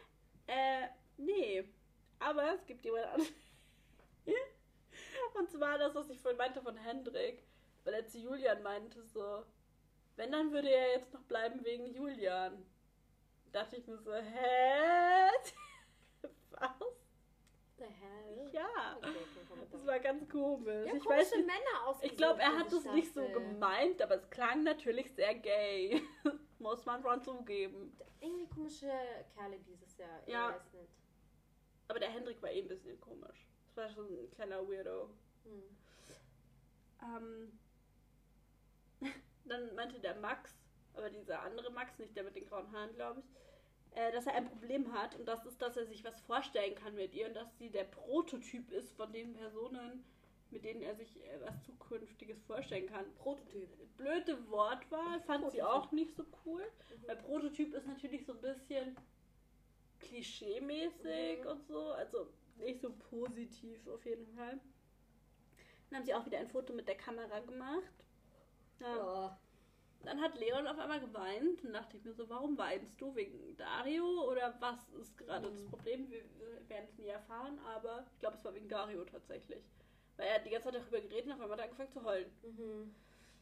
Nee. Aber es gibt jemand anderes. Und zwar das, was ich vorhin meinte von Hendrik, weil er zu Julian meinte so, wenn, dann würde er jetzt noch bleiben wegen Julian. Dachte ich mir so, hä? Was? The hell? Ja, Okay, das war ganz komisch. Ja, Ich komische weiß nicht, Männer ausgesucht. ich glaube, er hat diese es nicht so Staffel. gemeint, aber es klang natürlich sehr gay. Muss man schon zugeben. Irgendwie komische Kerle dieses Jahr. Ich Ja. weiß nicht. Aber der Hendrik war ein bisschen komisch. Das war schon ein kleiner Weirdo. Dann meinte der Max, aber dieser andere Max, nicht der mit den grauen Haaren, glaube ich, dass er ein Problem hat und das ist, dass er sich was vorstellen kann mit ihr und dass sie der Prototyp ist von den Personen, mit denen er sich was Zukünftiges vorstellen kann. Prototyp. Blöde Wortwahl, fand sie auch nicht so cool, weil Prototyp ist natürlich so ein bisschen klischee-mäßig und so, also nicht so positiv auf jeden Fall. Dann haben sie auch wieder ein Foto mit der Kamera gemacht. Ja. Oh. Dann hat Leon auf einmal geweint und dachte ich mir so, warum weinst du? Wegen Dario oder was ist gerade das Problem? Wir werden es nie erfahren, aber ich glaube, es war wegen Dario tatsächlich. Weil er hat die ganze Zeit darüber geredet und auf einmal hat er angefangen zu heulen.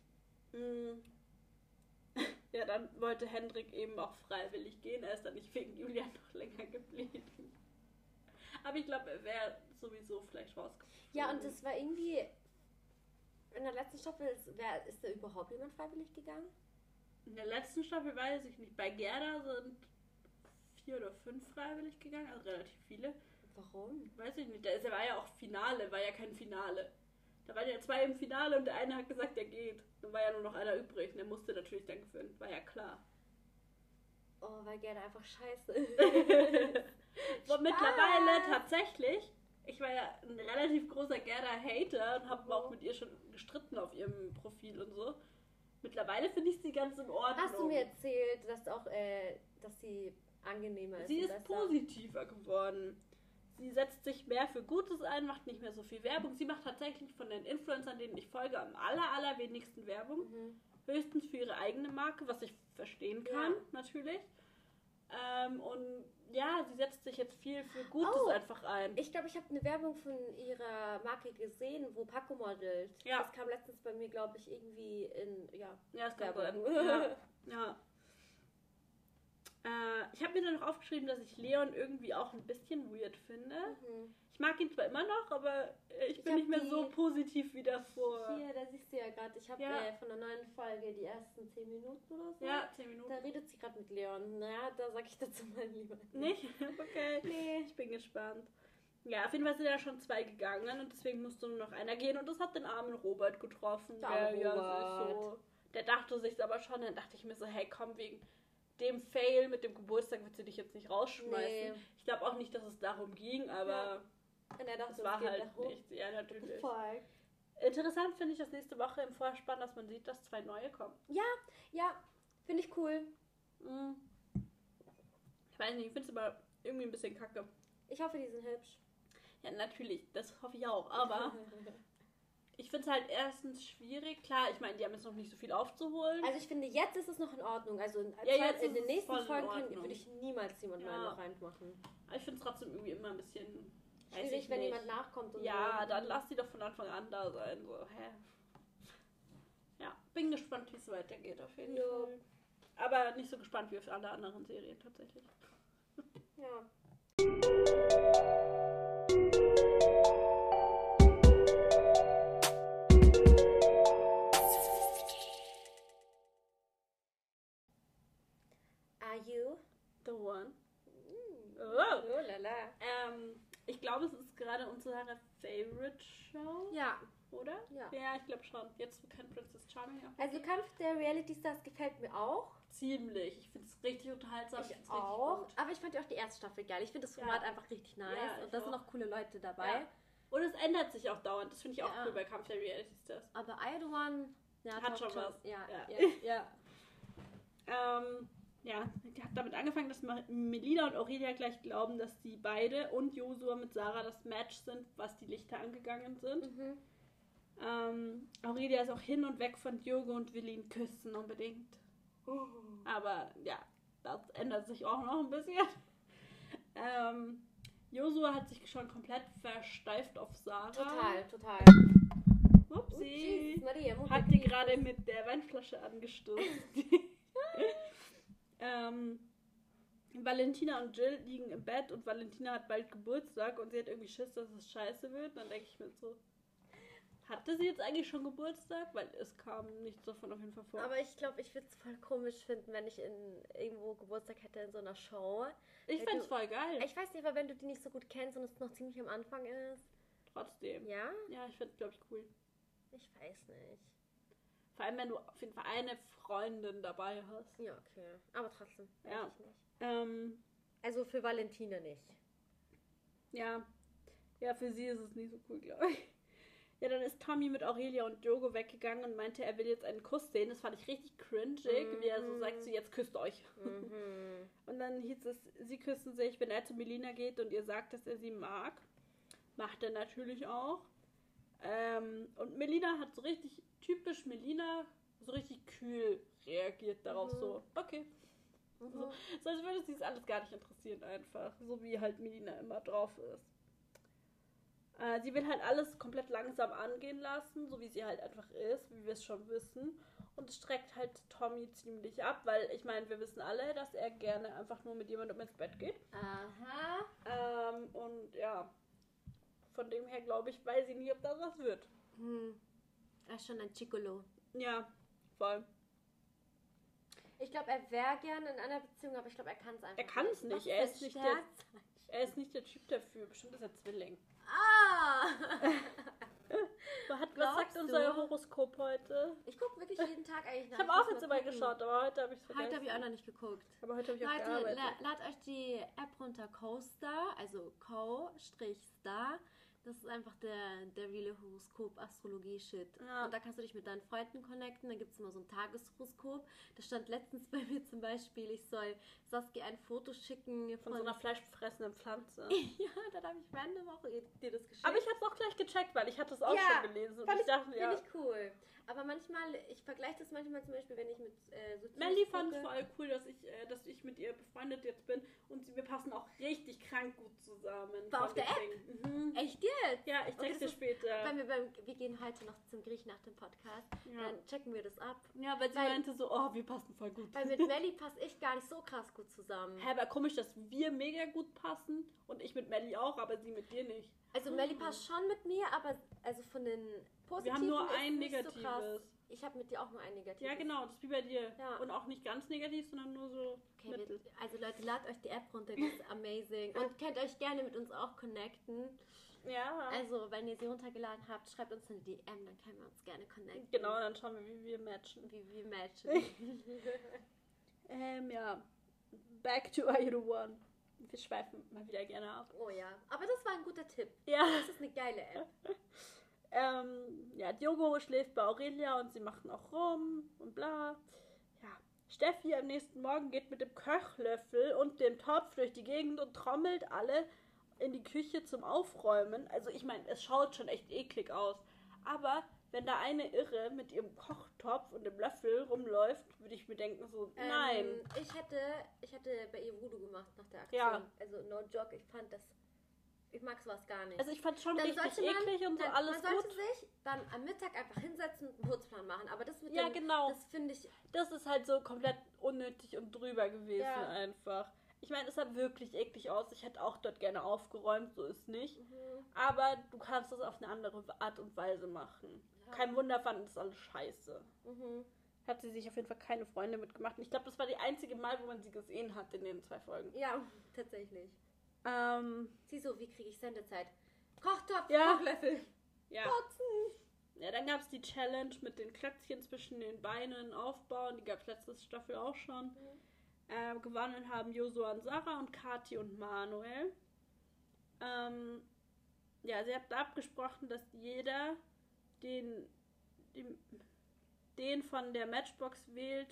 Ja, dann wollte Hendrik eben auch freiwillig gehen. Er ist dann nicht wegen Julian noch länger geblieben. Aber ich glaube, er wäre sowieso vielleicht rausgekommen. Ja, und das war irgendwie... In der letzten Staffel ist da überhaupt jemand freiwillig gegangen? In der letzten Staffel weiß ich nicht. Bei Gerda sind 4 oder 5 freiwillig gegangen, also relativ viele. Warum? Weiß ich nicht. Der war ja auch Finale, war ja kein Finale. Da waren ja 2 im Finale und der eine hat gesagt, er geht. Dann war ja nur noch einer übrig und der musste natürlich dann gewinnen. War ja klar. Oh, weil Gerda einfach scheiße ist. Und mittlerweile tatsächlich, ich war ja ein relativ großer Gerda-Hater und habe auch mit ihr schon gestritten auf ihrem Profil und so. Mittlerweile finde ich sie ganz in Ordnung. Hast du mir erzählt, dass sie angenehmer ist? Sie und ist besser? positiver geworden. Sie setzt sich mehr für Gutes ein, macht nicht mehr so viel Werbung. Sie macht tatsächlich von den Influencern, denen ich folge, am allerwenigsten Werbung. Höchstens für ihre eigene Marke, was ich verstehen kann, natürlich. Und ja, sie setzt sich jetzt viel für Gutes einfach ein. Ich glaube, ich habe eine Werbung von ihrer Marke gesehen, wo Paco modelt. Ja. Das kam letztens bei mir, glaube ich, irgendwie in, es kann Werbung. sein. Ja. Ich habe mir dann noch aufgeschrieben, dass ich Leon irgendwie auch ein bisschen weird finde. Ich mag ihn zwar immer noch, aber ich bin nicht mehr so positiv wie davor. Hier, da siehst du ja gerade, ich habe von der neuen Folge die ersten 10 Minuten oder so. Ja, 10 Minuten. Da redet sie gerade mit Leon. Naja, da sag ich dazu mal lieber nicht. Okay. Nee. Ich bin gespannt. Ja, auf jeden Fall sind ja schon 2 gegangen und deswegen musste nur noch einer gehen und das hat den armen Robert getroffen. Der dachte sich's aber schon, dann dachte ich mir so, hey komm, wegen dem Fail mit dem Geburtstag wird sie dich jetzt nicht rausschmeißen. Nee. Ich glaube auch nicht, dass es darum ging, aber es war halt nichts. Ja, natürlich. Interessant finde ich das nächste Woche im Vorspann, dass man sieht, dass 2 neue kommen. Ja, finde ich cool. Ich weiß nicht, ich finde es aber irgendwie ein bisschen kacke. Ich hoffe, die sind hübsch. Ja, natürlich, das hoffe ich auch, aber ich finde es halt erstens schwierig. Klar, ich meine, die haben jetzt noch nicht so viel aufzuholen. Also ich finde, jetzt ist es noch in Ordnung. Also in den nächsten Folgen würde ich niemals jemanden neuen noch reinmachen. Aber ich finde es trotzdem irgendwie immer ein bisschen schwierig, wenn jemand nachkommt. Und dann lass die doch von Anfang an da sein. So, Ja, bin gespannt, wie es weitergeht auf jeden Fall. Aber nicht so gespannt wie auf alle anderen Serien tatsächlich. Ja. Are you the one? Oh lala. Ich glaube, es ist gerade unsere Favorite Show. Ja. Oder? Ja, ich glaube schon. Jetzt kein Princess Charming. Also Kampf der Reality Stars gefällt mir auch. Ziemlich. Ich finde es richtig unterhaltsam. Ich auch. Gut. Aber ich fand ja auch die erste Staffel geil. Ich finde das Format einfach richtig nice. Ja, und da sind auch coole Leute dabei. Ja. Und es ändert sich auch dauernd. Das finde ich auch cool bei Kampf der Reality Stars. Aber I Don't Want hat schon was. Ja. Die hat damit angefangen, dass Melina und Aurelia gleich glauben, dass die beide und Josua mit Sarah das Match sind, was die Lichter angegangen sind. Aurelia ist auch hin und weg von Diogo und will ihn küssen unbedingt. Aber ja, das ändert sich auch noch ein bisschen. Josua hat sich schon komplett versteift auf Sarah. Total. Upsi. Hat die gerade mit der Weinflasche angestoßen. Valentina und Jill liegen im Bett und Valentina hat bald Geburtstag und sie hat irgendwie Schiss, dass es scheiße wird. Dann denke ich mir so, hatte sie jetzt eigentlich schon Geburtstag? Weil es kam nichts davon auf jeden Fall vor. Aber ich glaube, ich würde es voll komisch finden, wenn ich irgendwo Geburtstag hätte in so einer Show. Ich fände es voll geil. Ich weiß nicht, aber wenn du die nicht so gut kennst und es noch ziemlich am Anfang ist. Trotzdem. Ja? Ja, ich finde es, glaube ich, cool. Ich weiß nicht. Vor allem, wenn du auf jeden Fall eine Freundin dabei hast. Ja, okay. Aber trotzdem, weiß ich nicht. Also für Valentina nicht. Ja. Ja, für sie ist es nicht so cool, glaube ich. Ja, dann ist Tommy mit Aurelia und Diogo weggegangen und meinte, er will jetzt einen Kuss sehen. Das fand ich richtig cringig, wie er so sagt, so, jetzt küsst euch. Und dann hieß es, sie küssen sich, wenn er zu Melina geht und ihr sagt, dass er sie mag. Macht er natürlich auch. Und Melina hat so richtig typisch Melina, so richtig kühl reagiert darauf, so, okay. So als würde sie es alles gar nicht interessieren einfach, so wie halt Melina immer drauf ist. Sie will halt alles komplett langsam angehen lassen, so wie sie halt einfach ist, wie wir es schon wissen. Und es streckt halt Tommy ziemlich ab, weil ich meine, wir wissen alle, dass er gerne einfach nur mit jemandem ins Bett geht. Aha. Und ja, von dem her glaube ich, weiß ich nicht, ob das was wird. Er ist schon ein Chicolo. Ja, voll. Ich glaube, er wäre gerne in einer Beziehung, aber ich glaube, er kann es einfach nicht. Er kann es nicht. Er ist nicht der Typ dafür. Bestimmt ist er Zwilling. Was sagt unser Horoskop heute? Ich gucke wirklich jeden Tag eigentlich nach. Ich habe auch jetzt immer geschaut, aber heute habe ich es vergessen. Heute habe ich auch noch nicht geguckt. Aber heute habe ich auch gearbeitet. Lad euch die App runter, CoStar, also Co-Star. Das ist einfach der reale Horoskop-Astrologie-Shit. Ja. Und da kannst du dich mit deinen Freunden connecten. Dann gibt es immer so ein Tageshoroskop. Da stand letztens bei mir zum Beispiel, ich soll Saskia ein Foto schicken Von so einer fleischfressenden Pflanze. Ja, dann habe ich random auch dir das geschickt. Aber ich habe es auch gleich gecheckt, weil ich hatte es auch schon gelesen. Und ich dachte, finde ich cool. Aber manchmal, ich vergleiche das manchmal zum Beispiel, wenn ich mit Melly fand es voll cool, dass ich mit ihr befreundet jetzt bin. Und wir passen auch richtig krank gut zusammen. War auf der App? Mhm. Echt jetzt? Ja, ich zeig's dir später. Wir gehen heute noch zum Griech nach dem Podcast. Ja. Dann checken wir das ab. Ja, weil sie meinte so, oh, wir passen voll gut. Weil mit Melly passe ich gar nicht so krass gut zusammen. Hä, aber komisch, dass wir mega gut passen und ich mit Melly auch, aber sie mit dir nicht. Also Melly passt schon mit mir, aber also von den Positiven wir haben nur ein nicht Negatives. So krass. Ich habe mit dir auch nur ein Negatives. Ja, genau, das ist wie bei dir. Ja. Und auch nicht ganz negativ, sondern nur so mittel. Also Leute, ladet euch die App runter, die ist amazing. Und könnt euch gerne mit uns auch connecten. Ja. Also, wenn ihr sie runtergeladen habt, schreibt uns eine DM, dann können wir uns gerne connecten. Genau, dann schauen wir, wie wir matchen. Ja. Back to Ayuro One. Wir schweifen mal wieder gerne ab. Oh ja, aber das war ein guter Tipp. Ja. Das ist eine geile App. Ja, Diogo schläft bei Aurelia und sie machen auch rum und bla. Ja, Steffi am nächsten Morgen geht mit dem Kochlöffel und dem Topf durch die Gegend und trommelt alle in die Küche zum Aufräumen. Also ich meine, es schaut schon echt eklig aus. Aber wenn da eine Irre mit ihrem Kochtopf und dem Löffel rumläuft, würde ich mir denken so, nein. Ich hätte bei ihr Voodoo gemacht nach der Aktion. Ja. Also no joke, ich mag sowas gar nicht. Also ich fand es schon dann richtig eklig und so alles gut. Man sollte sich dann am Mittag einfach hinsetzen und einen Putzplan machen. Aber das mit ja, genau. Das finde ich... Das ist halt so komplett unnötig und drüber gewesen einfach. Ich meine, es sah wirklich eklig aus. Ich hätte auch dort gerne aufgeräumt, so ist nicht. Mhm. Aber du kannst das auf eine andere Art und Weise machen. Ja. Kein Wunder, fanden das alles scheiße. Mhm. Hat sie sich auf jeden Fall keine Freunde mitgemacht. Und ich glaube, das war die einzige Mal, wo man sie gesehen hat in den 2 Folgen. Ja, tatsächlich. Sieh so, wie kriege ich Sendezeit? Kochtopf, ja. Kochlöffel. Ja. Kotzen. Ja, dann gab es die Challenge mit den Klötzchen zwischen den Beinen aufbauen. Die gab es letzte Staffel auch schon. Mhm. Gewonnen haben Josua und Sarah und Kathi und Manuel. Ja, sie hat abgesprochen, dass jeder den von der Matchbox wählt.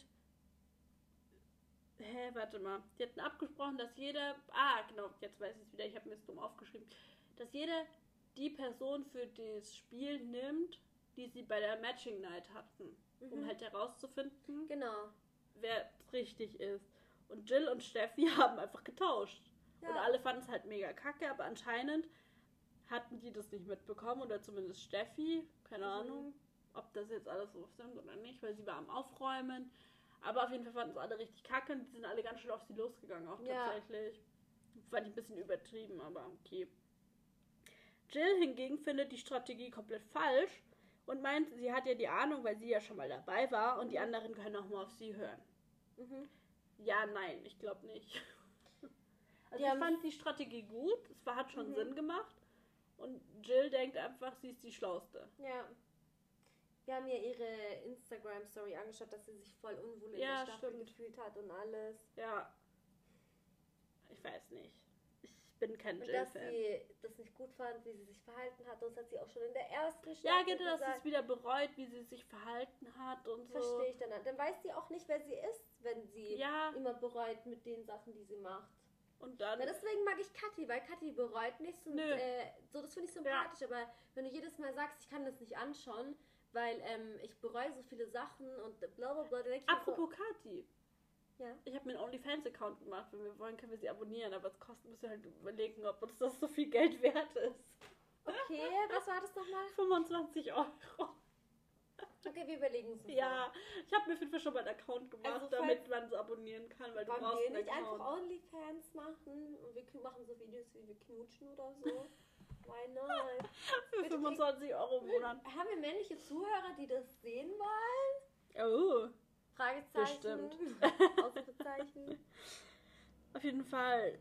Warte mal. Sie hatten abgesprochen, dass jeder... genau, jetzt weiß ich es wieder, ich habe mir es dumm aufgeschrieben. Dass jeder die Person für das Spiel nimmt, die sie bei der Matching Night hatten. Um halt herauszufinden, genau, wer richtig ist. Und Jill und Steffi haben einfach getauscht. Ja. Und alle fanden es halt mega kacke, aber anscheinend hatten die das nicht mitbekommen. Oder zumindest Steffi. Keine Ahnung, ob das jetzt alles so stimmt oder nicht, weil sie war am Aufräumen. Aber auf jeden Fall fanden es alle richtig kacke und die sind alle ganz schön auf sie losgegangen, auch tatsächlich. Fand ich ein bisschen übertrieben, aber okay. Jill hingegen findet die Strategie komplett falsch und meint, sie hat ja die Ahnung, weil sie ja schon mal dabei war und die anderen können auch mal auf sie hören. Mhm. Ja, nein, ich glaube nicht. Also Die ich fand die Strategie gut, es hat schon Sinn gemacht und Jill denkt einfach, sie ist die Schlauste. Ja. Wir haben ja ihre Instagram-Story angeschaut, dass sie sich voll unwohl in der Staffel gefühlt hat und alles. Ja. Ich weiß nicht. Ich bin kein Jill-Fan. Dass sie das nicht gut fand, wie sie sich verhalten hat. Das hat sie auch schon in der ersten Staffel Ja, genau, dass gesagt. sie es wieder bereut, wie sie sich verhalten hat und so. Verstehe ich dann. Dann weiß sie auch nicht, wer sie ist, wenn sie immer bereut mit den Sachen, die sie macht. Und dann... Na, deswegen mag ich Kathi, weil Kathi bereut nichts. Und so, das finde ich sympathisch. Ja. Aber wenn du jedes Mal sagst, ich kann das nicht anschauen, weil ich bereue so viele Sachen und bla bla bla. Apropos Kathi. Ja? Ich habe mir einen OnlyFans-Account gemacht. Wenn wir wollen, können wir sie abonnieren. Aber es kostet, müssen wir halt überlegen, ob uns das so viel Geld wert ist. Okay, was war das nochmal? 25 €. Okay, wir überlegen es uns. Ja, ich habe mir auf jeden Fall schon mal einen Account gemacht, also damit man es abonnieren kann, weil du brauchst einen Account. Wollen wir nicht einfach OnlyFans machen und wir machen so Videos, wie wir knutschen oder so? Why not? Für 25 € im Monat. Haben wir männliche Zuhörer, die das sehen wollen? Oh. Fragezeichen. Bestimmt. Ausrufezeichen. Auf jeden Fall,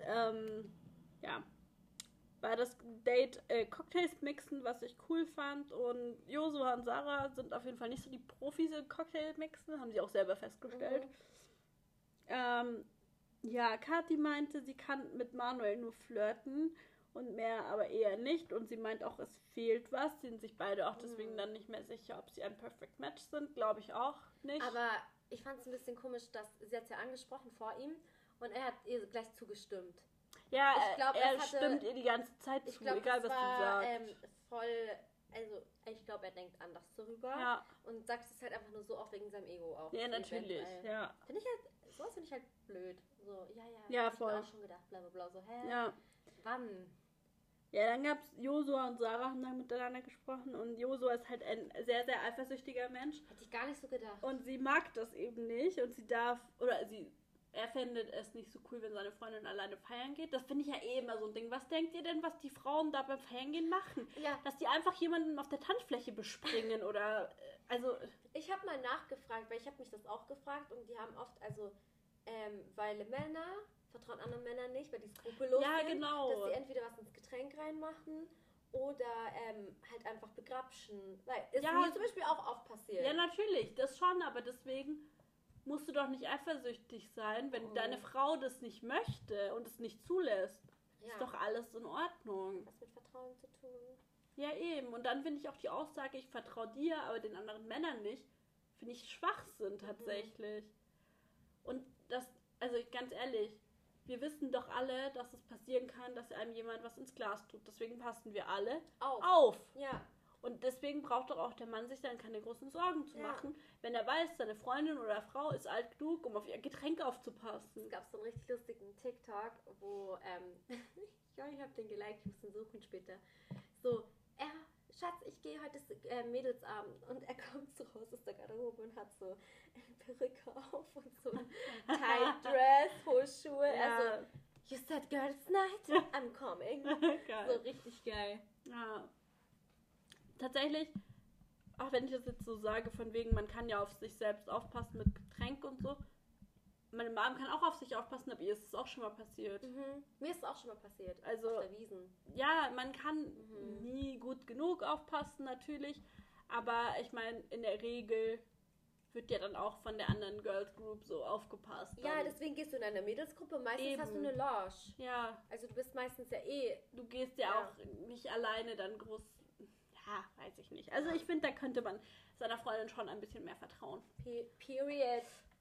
war das Date Cocktails mixen, was ich cool fand. Und Josua und Sarah sind auf jeden Fall nicht so die Profis im Cocktail mixen, haben sie auch selber festgestellt. Kathi meinte, sie kann mit Manuel nur flirten. und mehr aber eher nicht. Und sie meint auch, es fehlt was. Sie sind sich beide auch deswegen dann nicht mehr sicher, ob sie ein Perfect Match sind. Glaube ich auch nicht. Aber ich fand es ein bisschen komisch, dass sie hat es ja angesprochen vor ihm und er hat ihr gleich zugestimmt. Ja, ich glaub, er stimmt ihr die ganze Zeit zu, egal was sie sagt. Also ich glaube, er denkt anders darüber und sagt es halt einfach nur so auch wegen seinem Ego auch. Ja, natürlich, ja. Finde ich halt, sowas finde ich halt blöd. So, ja, hab voll. ich auch schon gedacht, bla bla bla, so, hä? Ja. Wann? Ja, dann gab es Josua und Sarah haben dann miteinander gesprochen und Josua ist halt ein sehr, sehr eifersüchtiger Mensch. Hätte ich gar nicht so gedacht. Und sie mag das eben nicht und er findet es nicht so cool, wenn seine Freundin alleine feiern geht. Das finde ich ja eh immer so ein Ding. Was denkt ihr denn, was die Frauen da beim Feiern gehen machen? Ja. Dass die einfach jemanden auf der Tanzfläche bespringen oder, also... Ich habe mal nachgefragt, weil ich habe mich das auch gefragt und die haben oft, weil Männer vertrauen anderen Männern nicht, weil die skrupellos sind, genau. dass sie entweder was ins Getränk reinmachen oder halt einfach begrapschen. Weil ist mir zum Beispiel auch oft passiert. Ja, natürlich, das schon, aber deswegen musst du doch nicht eifersüchtig sein, wenn deine Frau das nicht möchte und es nicht zulässt. Ja. Ist doch alles in Ordnung. Was mit Vertrauen zu tun. Ja, eben. Und dann finde ich auch die Aussage, ich vertraue dir, aber den anderen Männern nicht, finde ich Schwachsinn tatsächlich. Und das, also ganz ehrlich, wir wissen doch alle, dass es passieren kann, dass einem jemand was ins Glas tut. Deswegen passen wir alle auf. Ja. Und deswegen braucht doch auch der Mann sich dann keine großen Sorgen zu machen, wenn er weiß, seine Freundin oder Frau ist alt genug, um auf ihr Getränk aufzupassen. Es gab so einen richtig lustigen TikTok, wo, ich habe den geliked, ich muss den suchen später. So, Schatz, ich gehe heute Mädelsabend und er kommt so raus aus der Garderobe und hat so eine Perücke auf und so ein Tight Dress, hohe Schuhe. Ja. Also, you said girls night, I'm coming. Geil. So richtig geil. Ja. Tatsächlich, auch wenn ich das jetzt so sage, von wegen, man kann ja auf sich selbst aufpassen mit Getränk und so. Meine Mom kann auch auf sich aufpassen, aber ihr ist es auch schon mal passiert. Mir ist es auch schon mal passiert. Also, auf der Wiesn. Ja, man kann nie gut genug aufpassen, natürlich. Aber ich meine, in der Regel wird ja dann auch von der anderen Girls Group so aufgepasst. Ja, deswegen gehst du in einer Mädelsgruppe. Meistens hast du eine Lounge. Ja. Also du bist meistens Du gehst ja auch nicht alleine dann groß. Ja, weiß ich nicht. Also ich finde, da könnte man seiner Freundin schon ein bisschen mehr vertrauen. Period.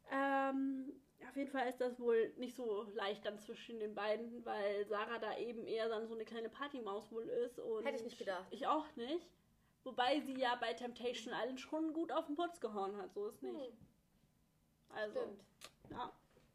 Auf jeden Fall ist das wohl nicht so leicht dann zwischen den beiden, weil Sarah da eben eher dann so eine kleine Partymaus wohl ist. Und hätte ich nicht gedacht. Ich auch nicht. Wobei sie ja bei Temptation Island schon gut auf den Putz gehauen hat. So ist nicht. Also, stimmt. Ja.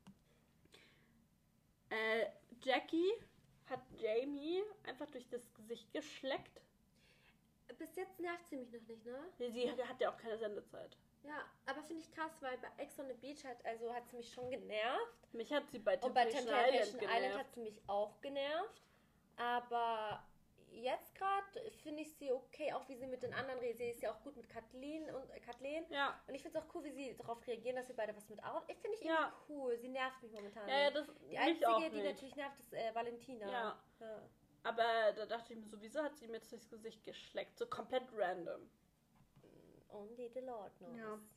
Jackie hat Jamie einfach durch das Gesicht geschleckt. Bis jetzt nervt sie mich noch nicht, ne? Sie hat ja auch keine Sendezeit. Ja, aber finde ich krass, weil bei Ex on the Beach hat sie mich schon genervt. Mich hat sie bei Temptation Island hat sie mich auch genervt. Aber jetzt gerade finde ich sie okay, auch wie sie mit den anderen redet. Sie ist ja auch gut mit Kathleen. Ja. Und ich finde es auch cool, wie sie darauf reagieren, dass sie beide was mit Out. Ich finde ich irgendwie cool. Sie nervt mich momentan. Ja, das die einzige, die natürlich nervt, ist Valentina. Ja. Aber da dachte ich mir, sowieso hat sie mir jetzt durchs Gesicht geschleckt. So komplett random. Only the Lord knows.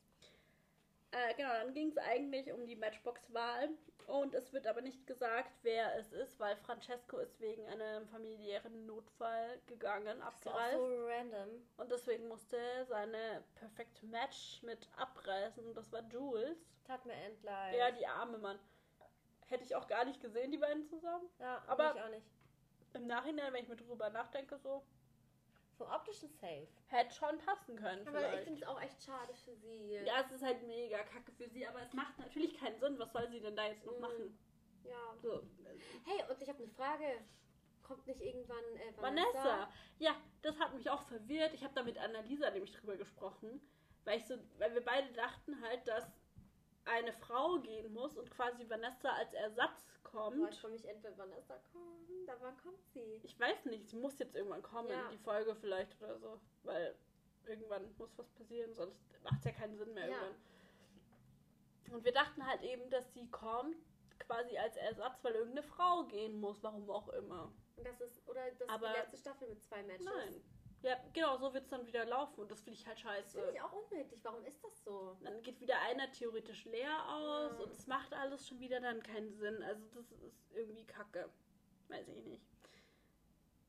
Ja. Genau, dann ging es eigentlich um die Matchbox-Wahl. Und es wird aber nicht gesagt, wer es ist, weil Francesco ist wegen einem familiären Notfall gegangen, abgereist. Das ist auch so random. Und deswegen musste seine Perfect Match mit abreißen. Und das war Jules. Tat mir endleid. Ja, die arme Mann. Hätte ich auch gar nicht gesehen, die beiden zusammen. Ja, aber ich auch nicht. Im Nachhinein, wenn ich mir drüber nachdenke, so. Vom optischen Safe. Hätte schon passen können. Aber vielleicht. Ich finde es auch echt schade für sie. Ja, es ist halt mega kacke für sie, aber es macht natürlich keinen Sinn. Was soll sie denn da jetzt noch machen? Ja. So. Hey, und ich habe eine Frage. Kommt nicht irgendwann Vanessa? Ja, das hat mich auch verwirrt. Ich habe da mit Annalisa nämlich drüber gesprochen, weil wir beide dachten halt, dass eine Frau gehen muss und quasi Vanessa als Ersatz kommt. Ich freue mich entweder Vanessa kommt, aber wann kommt sie? Ich weiß nicht, sie muss jetzt irgendwann kommen, die Folge vielleicht oder so, weil irgendwann muss was passieren, sonst macht es ja keinen Sinn mehr irgendwann. Und wir dachten halt eben, dass sie kommt, quasi als Ersatz, weil irgendeine Frau gehen muss, warum auch immer. Und das ist die letzte Staffel mit 2 Matches? Nein. Ja, genau, so wird es dann wieder laufen und das finde ich halt scheiße. Das finde ich auch unnötig. Warum ist das so? Dann geht wieder einer theoretisch leer aus und es macht alles schon wieder dann keinen Sinn. Also das ist irgendwie kacke. Weiß ich nicht.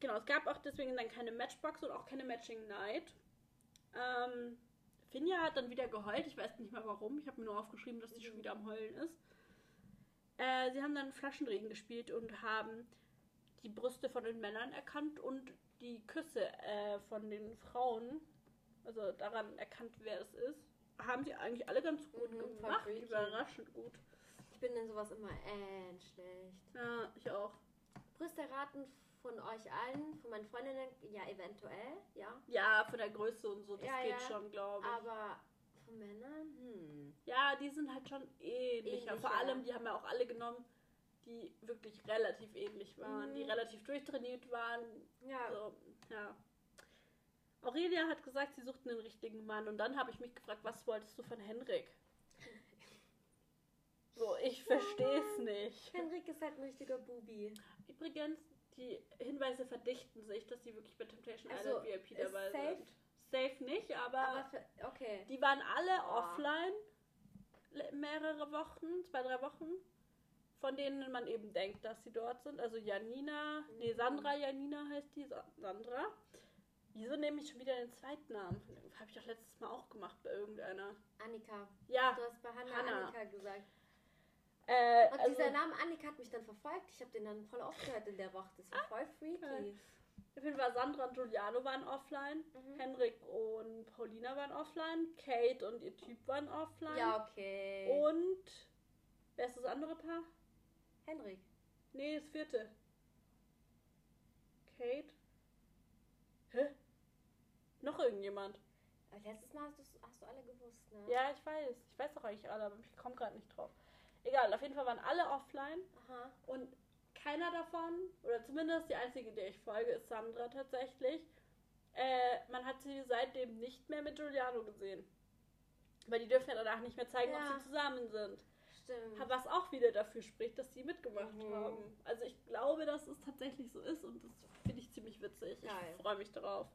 Genau, es gab auch deswegen dann keine Matchbox und auch keine Matching Night. Finja hat dann wieder geheult. Ich weiß nicht mal warum. Ich habe mir nur aufgeschrieben, dass sie schon wieder am Heulen ist. Sie haben dann Flaschendrehen gespielt und haben die Brüste von den Männern erkannt und die Küsse von den Frauen, also daran erkannt, wer es ist. Haben sie eigentlich alle ganz gut gemacht. Überraschend gut. Ich bin in sowas immer schlecht. Ja, ich auch. Brüste raten von euch allen, von meinen Freundinnen, ja, eventuell, ja. Ja, von der Größe und so, das Ja, geht ja. schon, glaube ich. Aber von Männern, Ja, die sind halt schon ähnlicher. Vor allem, die haben ja auch alle genommen, die wirklich relativ ähnlich waren, die relativ durchtrainiert waren. Ja. So, ja. Aurelia hat gesagt, sie suchten den richtigen Mann. Und dann habe ich mich gefragt, was wolltest du von Henrik? So, ich verstehe es nicht. Henrik ist halt ein richtiger Bubi. Übrigens, die Hinweise verdichten sich, dass die wirklich bei Temptation Also, Island VIP dabei safe? sind. Safe nicht, aber okay. die waren alle offline mehrere Wochen, 2-3 Wochen, von denen man eben denkt, dass sie dort sind. Also Sandra Janina heißt die, Sandra. Wieso nehme ich schon wieder den zweiten Namen? Habe ich doch letztes Mal auch gemacht bei irgendeiner. Annika. Ja. Du hast bei Hannah Annika gesagt. Und also, dieser Name Annika hat mich dann verfolgt. Ich habe den dann voll oft gehört in der Woche. Das war voll freaky. Okay. Auf jeden Fall Sandra und Giuliano waren offline. Henrik und Paulina waren offline. Kate und ihr Typ waren offline. Ja, okay. Und wer ist das andere Paar? Henrik. Nee, das vierte. Kate. Hä? Noch irgendjemand? Letztes Mal hast du alle gewusst, ne? Ja, ich weiß. Ich weiß doch eigentlich alle, aber ich komme gerade nicht drauf. Egal, auf jeden Fall waren alle offline. Aha. Und keiner davon, oder zumindest die einzige, der ich folge, ist Sandra tatsächlich. Man hat sie seitdem nicht mehr mit Giuliano gesehen. Weil die dürfen ja danach nicht mehr zeigen, ob sie zusammen sind. Stimmt. Was auch wieder dafür spricht, dass sie mitgemacht haben. Also ich glaube, dass es tatsächlich so ist und das finde ich ziemlich witzig. Geil. Ich freue mich darauf.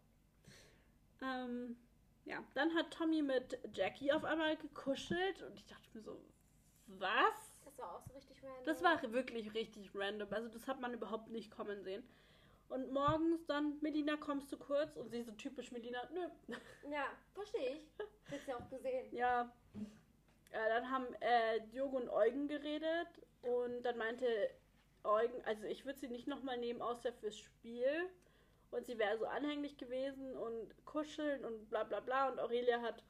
Ja, dann hat Tommy mit Jackie auf einmal gekuschelt und ich dachte mir so, was? Das war auch so richtig random. Das war wirklich richtig random. Also das hat man überhaupt nicht kommen sehen. Und morgens dann, Melina, kommst du kurz? Und sie so typisch Melina, nö. Ja, verstehe ich. Hättest ja auch gesehen. Ja. Dann haben Diogo und Eugen geredet und dann meinte Eugen, also ich würde sie nicht nochmal nehmen, außer fürs Spiel. Und sie wäre so anhänglich gewesen und kuscheln und bla bla bla. Und Aurelia hat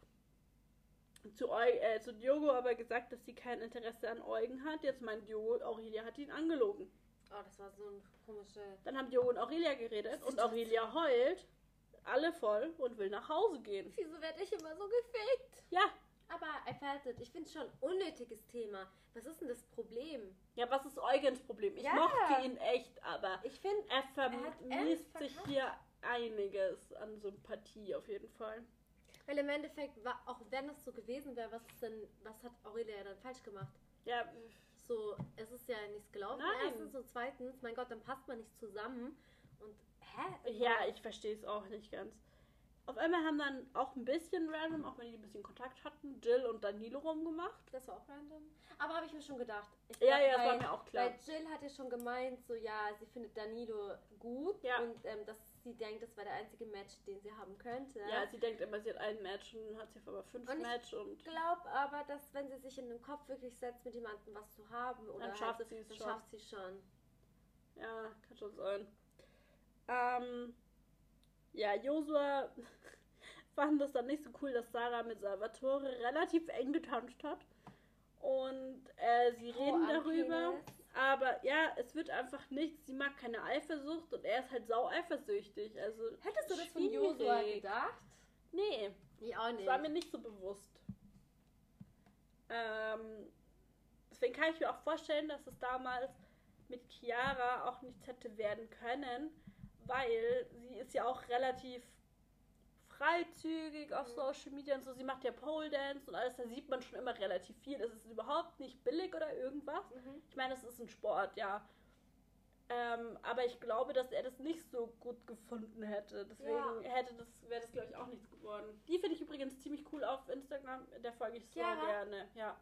zu Diogo aber gesagt, dass sie kein Interesse an Eugen hat. Jetzt meint Diogo, Aurelia hat ihn angelogen. Oh, das war so ein komische... Dann haben Diogo und Aurelia geredet und Aurelia heult, alle voll und will nach Hause gehen. Wieso werde ich immer so gefickt? Ja. Aber I felt it. Ich finde es schon ein unnötiges Thema. Was ist denn das Problem? Ja, was ist Eugens Problem? Ich mochte ihn echt, aber ich finde, er vermisst sich hier einiges an Sympathie auf jeden Fall. Weil im Endeffekt, auch wenn es so gewesen wäre, was hat Aurelia dann falsch gemacht? Ja. So, es ist ja nichts gelaufen. Nein. Erstens und zweitens, mein Gott, dann passt man nicht zusammen. Und, Ja, ich verstehe es auch nicht ganz. Auf einmal haben dann auch ein bisschen random, auch wenn die ein bisschen Kontakt hatten, Jill und Danilo rumgemacht. Das war auch random. Aber habe ich mir schon gedacht. Das war mir auch klar. Weil Jill hat ja schon gemeint, so ja, sie findet Danilo gut und dass sie denkt, das war der einzige Match, den sie haben könnte. Ja, sie denkt immer, sie hat ein Match und dann hat sie aber 5 Match und... Ich glaube aber, dass wenn sie sich in den Kopf wirklich setzt, mit jemandem was zu haben, oder dann schafft sie es schon. Schafft sie schon. Ja, kann schon sein. Ja, Josua fand es dann nicht so cool, dass Sarah mit Salvatore relativ eng getanzt hat. Und sie reden darüber. Aber ja, es wird einfach nichts. Sie mag keine Eifersucht und er ist halt sau eifersüchtig. Also hättest du das von Josua gedacht? Nee. Ich auch nicht. Das war mir nicht so bewusst. Deswegen kann ich mir auch vorstellen, dass es damals mit Chiara auch nichts hätte werden können, weil sie ist ja auch relativ freizügig auf Social Media und so. Sie macht ja Pole Dance und alles, da sieht man schon immer relativ viel. Es ist überhaupt nicht billig oder irgendwas. Ich meine, es ist ein Sport, ja. Aber ich glaube, dass er das nicht so gut gefunden hätte. Deswegen wäre das, glaube ich, auch nichts geworden. Die finde ich übrigens ziemlich cool auf Instagram. Der folge ich so gerne. Ja.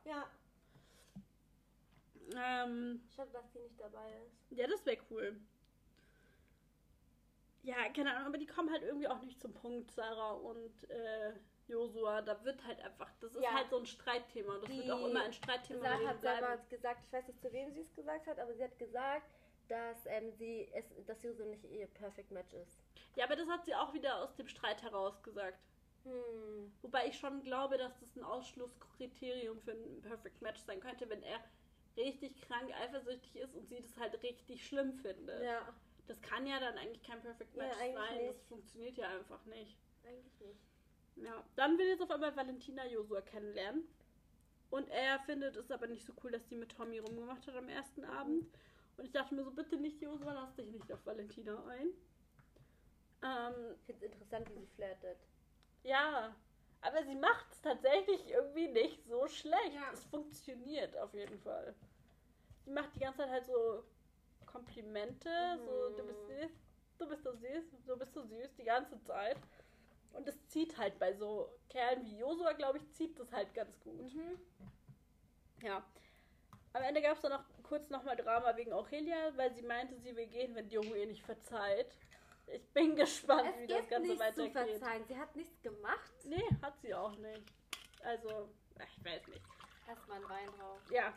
Schade, dass sie nicht dabei ist. Ja, das wäre cool. Ja, keine Ahnung, aber die kommen halt irgendwie auch nicht zum Punkt, Sarah und Josua. Da wird halt einfach, das ist halt so ein Streitthema. Und das wird auch immer ein Streitthema. Sarah hat selber gesagt, ich weiß nicht, zu wem sie es gesagt hat, aber sie hat gesagt, dass dass Josua nicht ihr Perfect Match ist. Ja, aber das hat sie auch wieder aus dem Streit heraus gesagt. Wobei ich schon glaube, dass das ein Ausschlusskriterium für ein Perfect Match sein könnte, wenn er richtig krank eifersüchtig ist und sie das halt richtig schlimm findet. Ja. Das kann ja dann eigentlich kein Perfect Match sein. Nicht. Das funktioniert ja einfach nicht. Eigentlich nicht. Ja. Dann will jetzt auf einmal Valentina Josua kennenlernen. Und er findet es aber nicht so cool, dass sie mit Tommy rumgemacht hat am ersten Abend. Und ich dachte mir so, bitte nicht, Josua, lass dich nicht auf Valentina ein. Ich finde es interessant, wie sie flirtet. Ja, aber sie macht es tatsächlich irgendwie nicht so schlecht. Ja. Es funktioniert auf jeden Fall. Sie macht die ganze Zeit halt so Komplimente, so du bist süß, du bist so süß, du bist so süß die ganze Zeit. Und es zieht halt bei so Kerlen wie Josua, glaube ich, zieht das halt ganz gut. Ja. Am Ende gab es dann kurz nochmal Drama wegen Aurelia, weil sie meinte, sie will gehen, wenn Diogo ihr nicht verzeiht. Ich bin gespannt, wie das Ganze weitergeht. Es gibt nichts zu verzeihen. Sie hat nichts gemacht. Nee, hat sie auch nicht. Also, ich weiß nicht. Erstmal einen Wein drauf. Ja.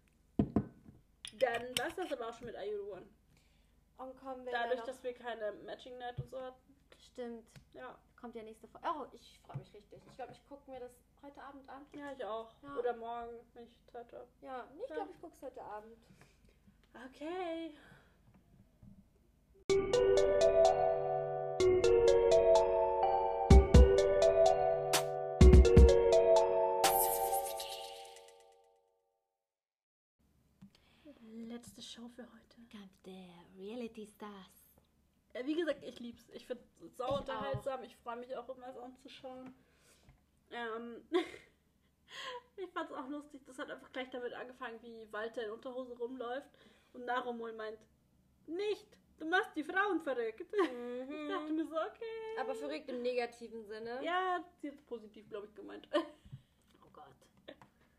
Dann war es das aber auch schon mit Ayuruan. Und kommen wir dadurch, dass wir keine Matching Night und so hatten. Stimmt. Ja. Kommt ja nächste Folge. Oh, ich freue mich richtig. Ich glaube, ich gucke mir das heute Abend an. Ja, ich auch. Ja. Oder morgen, wenn ich Zeit habe. Ja, ich glaube, ich gucke es heute Abend. Okay. Letzte Show für heute. Kampf der Reality Stars. Wie gesagt, ich lieb's. Ich finde es sau unterhaltsam. Ich freue mich auch immer, es anzuschauen. Ich fand's auch lustig. Das hat einfach gleich damit angefangen, wie Walter in Unterhose rumläuft und Narumol meint, nicht, du machst die Frauen verrückt. Ich dachte mir so, okay. Aber verrückt im negativen Sinne? Ja, sie hat positiv, glaube ich, gemeint. Oh Gott.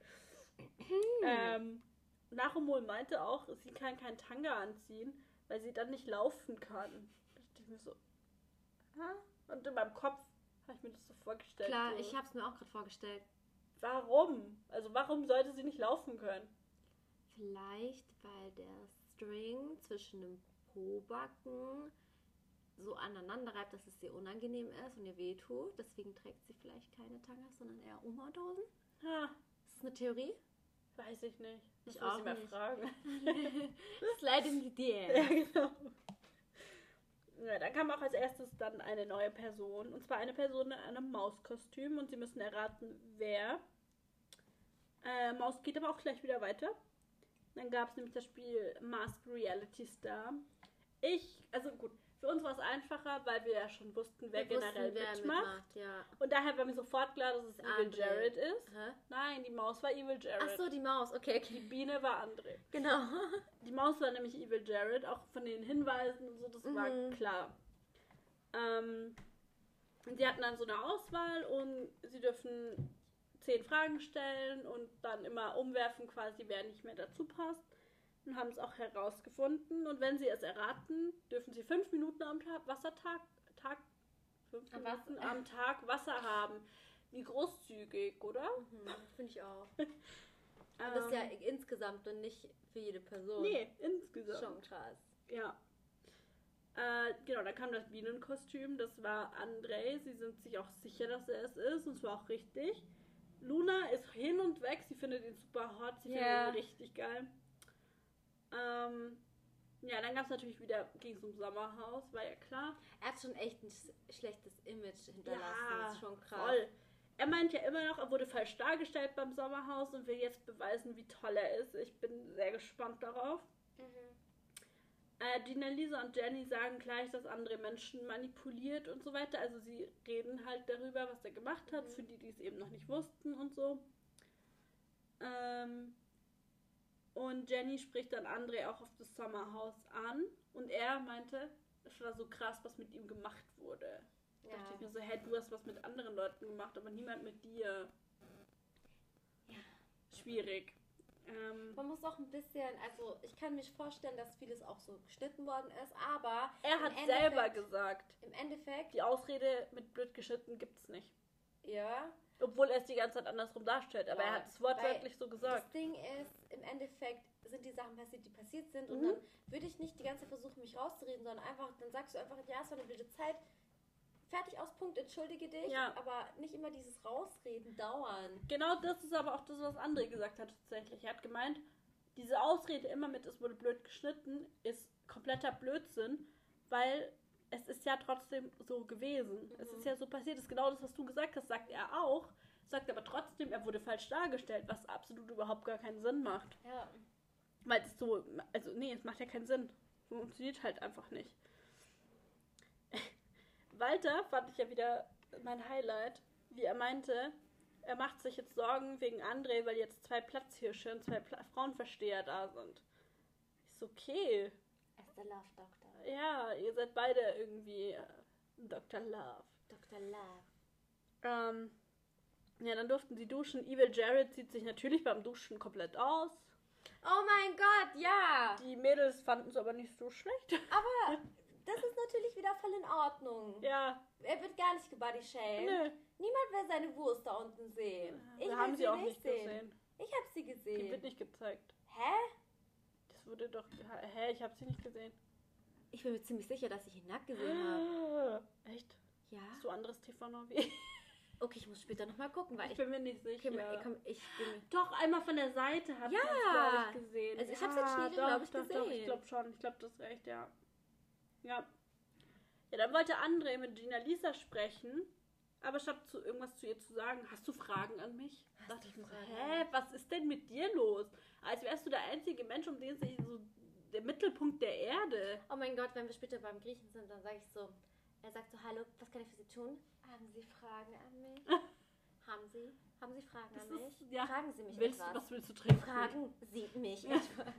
Narumol meinte auch, sie kann kein Tanga anziehen, weil sie dann nicht laufen kann. Da dachte ich mir so, und in meinem Kopf habe ich mir das so vorgestellt. Klar, so. Ich habe es mir auch gerade vorgestellt. Warum? Also warum sollte sie nicht laufen können? Vielleicht, weil der String zwischen dem Pobacken so aneinander reibt, dass es ihr unangenehm ist und ihr wehtut. Deswegen trägt sie vielleicht keine Tangas, sondern eher Umhautosen. Ja. Ist das eine Theorie? Weiß ich nicht. Ich auch sie mal fragen. Slide in die DM. Ja, genau. Ja, dann kam auch als erstes dann eine neue Person. Und zwar eine Person in einem Mauskostüm. Und sie müssen erraten, wer. Maus geht aber auch gleich wieder weiter. Dann gab es nämlich das Spiel Masked Reality Star. Also gut, für uns war es einfacher, weil wir ja schon wussten, wer generell mitmacht. Ja. Und daher war mir sofort klar, dass es Evil Jared ist. Hä? Nein, die Maus war Evil Jared. Ach so, die Maus, okay. Die Biene war André. Genau. Die Maus war nämlich Evil Jared, auch von den Hinweisen und so, das war klar. Sie hatten dann so eine Auswahl und sie dürfen 10 Fragen stellen und dann immer umwerfen quasi, wer nicht mehr dazu passt. Und haben es auch herausgefunden. Und wenn sie es erraten, dürfen sie 5 Minuten am Tag am Tag Wasser haben. Wie großzügig, oder? Finde ich auch. Aber das ist ja insgesamt und nicht für jede Person. Nee, insgesamt. Schon krass. Ja. Genau, da kam das Bienenkostüm. Das war André. Sie sind sich auch sicher, dass er es ist. Und es war auch richtig. Luna ist hin und weg. Sie findet ihn super hot. Sie findet ihn richtig geil. Ja, dann gab es natürlich wieder, ging es um Sommerhaus, war ja klar. Er hat schon echt ein schlechtes Image hinterlassen. Ja, das ist schon krass. Voll. Er meint ja immer noch, er wurde falsch dargestellt beim Sommerhaus und will jetzt beweisen, wie toll er ist. Ich bin sehr gespannt darauf. Gina, Lisa und Jenny sagen gleich, dass andere Menschen manipuliert und so weiter. Also sie reden halt darüber, was er gemacht hat, für die, die es eben noch nicht wussten und so. Und Jenny spricht dann André auch auf das Sommerhaus an. Und er meinte, es war so krass, was mit ihm gemacht wurde. Da dachte ich mir so, hey, du hast was mit anderen Leuten gemacht, aber niemand mit dir. Ja. Schwierig. Man muss auch ein bisschen, also ich kann mir vorstellen, dass vieles auch so geschnitten worden ist, aber Er hat selber gesagt, im Endeffekt, die Ausrede mit blöd geschnitten gibt's nicht. ja. Obwohl er es die ganze Zeit andersrum darstellt, aber Ja, er hat es wortwörtlich so gesagt. Das Ding ist, im Endeffekt sind die Sachen passiert, die passiert sind und dann würde ich nicht die ganze Zeit versuchen, mich rauszureden, sondern einfach, dann sagst du einfach, ja, es war eine wilde Zeit, fertig aus, Punkt, entschuldige dich, aber nicht immer dieses Rausreden dauern. Genau das ist aber auch das, was André gesagt hat tatsächlich. Er hat gemeint, diese Ausrede immer mit, es wurde blöd geschnitten, ist kompletter Blödsinn, weil es ist ja trotzdem so gewesen. Es ist ja so passiert. Das ist genau das, was du gesagt hast, sagt er auch. Sagt aber trotzdem, er wurde falsch dargestellt, was absolut überhaupt gar keinen Sinn macht. Ja. Weil es so, also nee, es macht ja keinen Sinn. Funktioniert halt einfach nicht. Walter fand ich ja wieder mein Highlight, wie er meinte, er macht sich jetzt Sorgen wegen André, weil jetzt 2 Platzhirsche und 2 Frauenversteher da sind. Ist okay. Er ist der Love Doctor. Ja, ihr seid beide irgendwie Dr. Love. Dr. Love. Ja, dann durften sie duschen. Evil Jared sieht sich natürlich beim Duschen komplett aus. Oh mein Gott, ja! Die Mädels fanden es aber nicht so schlecht. Aber das ist natürlich wieder voll in Ordnung. Ja. Er wird gar nicht gebodyshamed. Nö. Niemand will seine Wurst da unten sehen. Ich Wir haben will sie auch nicht nicht gesehen. Ich habe sie Die gesehen. wird nicht gezeigt. Hä? Das wurde doch... Hä? Ich habe sie nicht gesehen. Ich bin mir ziemlich sicher, dass ich ihn nackt gesehen habe. Echt? Ja? Hast du anderes TV noch wie? Okay, ich muss später nochmal gucken, weil Ich bin mir nicht sicher. ich bin Doch, einmal von der Seite hat Ja. man es, glaube ich, gesehen. Also ich hab's jetzt Schniedel, doch, glaub ich, doch, Doch, gesehen. ich glaube schon. Ich glaube, das ist recht, ja. Ja. Ja, dann wollte André mit Gina Lisa sprechen, aber statt irgendwas zu ihr zu sagen, hast du Fragen an mich? Hast du Ich mir so, Fragen hä, was ist denn mit dir los? Als wärst du der einzige Mensch, um den sich so der Mittelpunkt der Erde. Oh mein Gott, wenn wir später beim Griechen sind, dann sage ich so, er sagt so, hallo, was kann ich für Sie tun? Haben Sie Fragen an mich? Haben Sie Fragen Das an mich? ist- ja. Fragen Sie mich Willst, etwas. was willst du trinken? Fragen Sie mich Ja. etwas.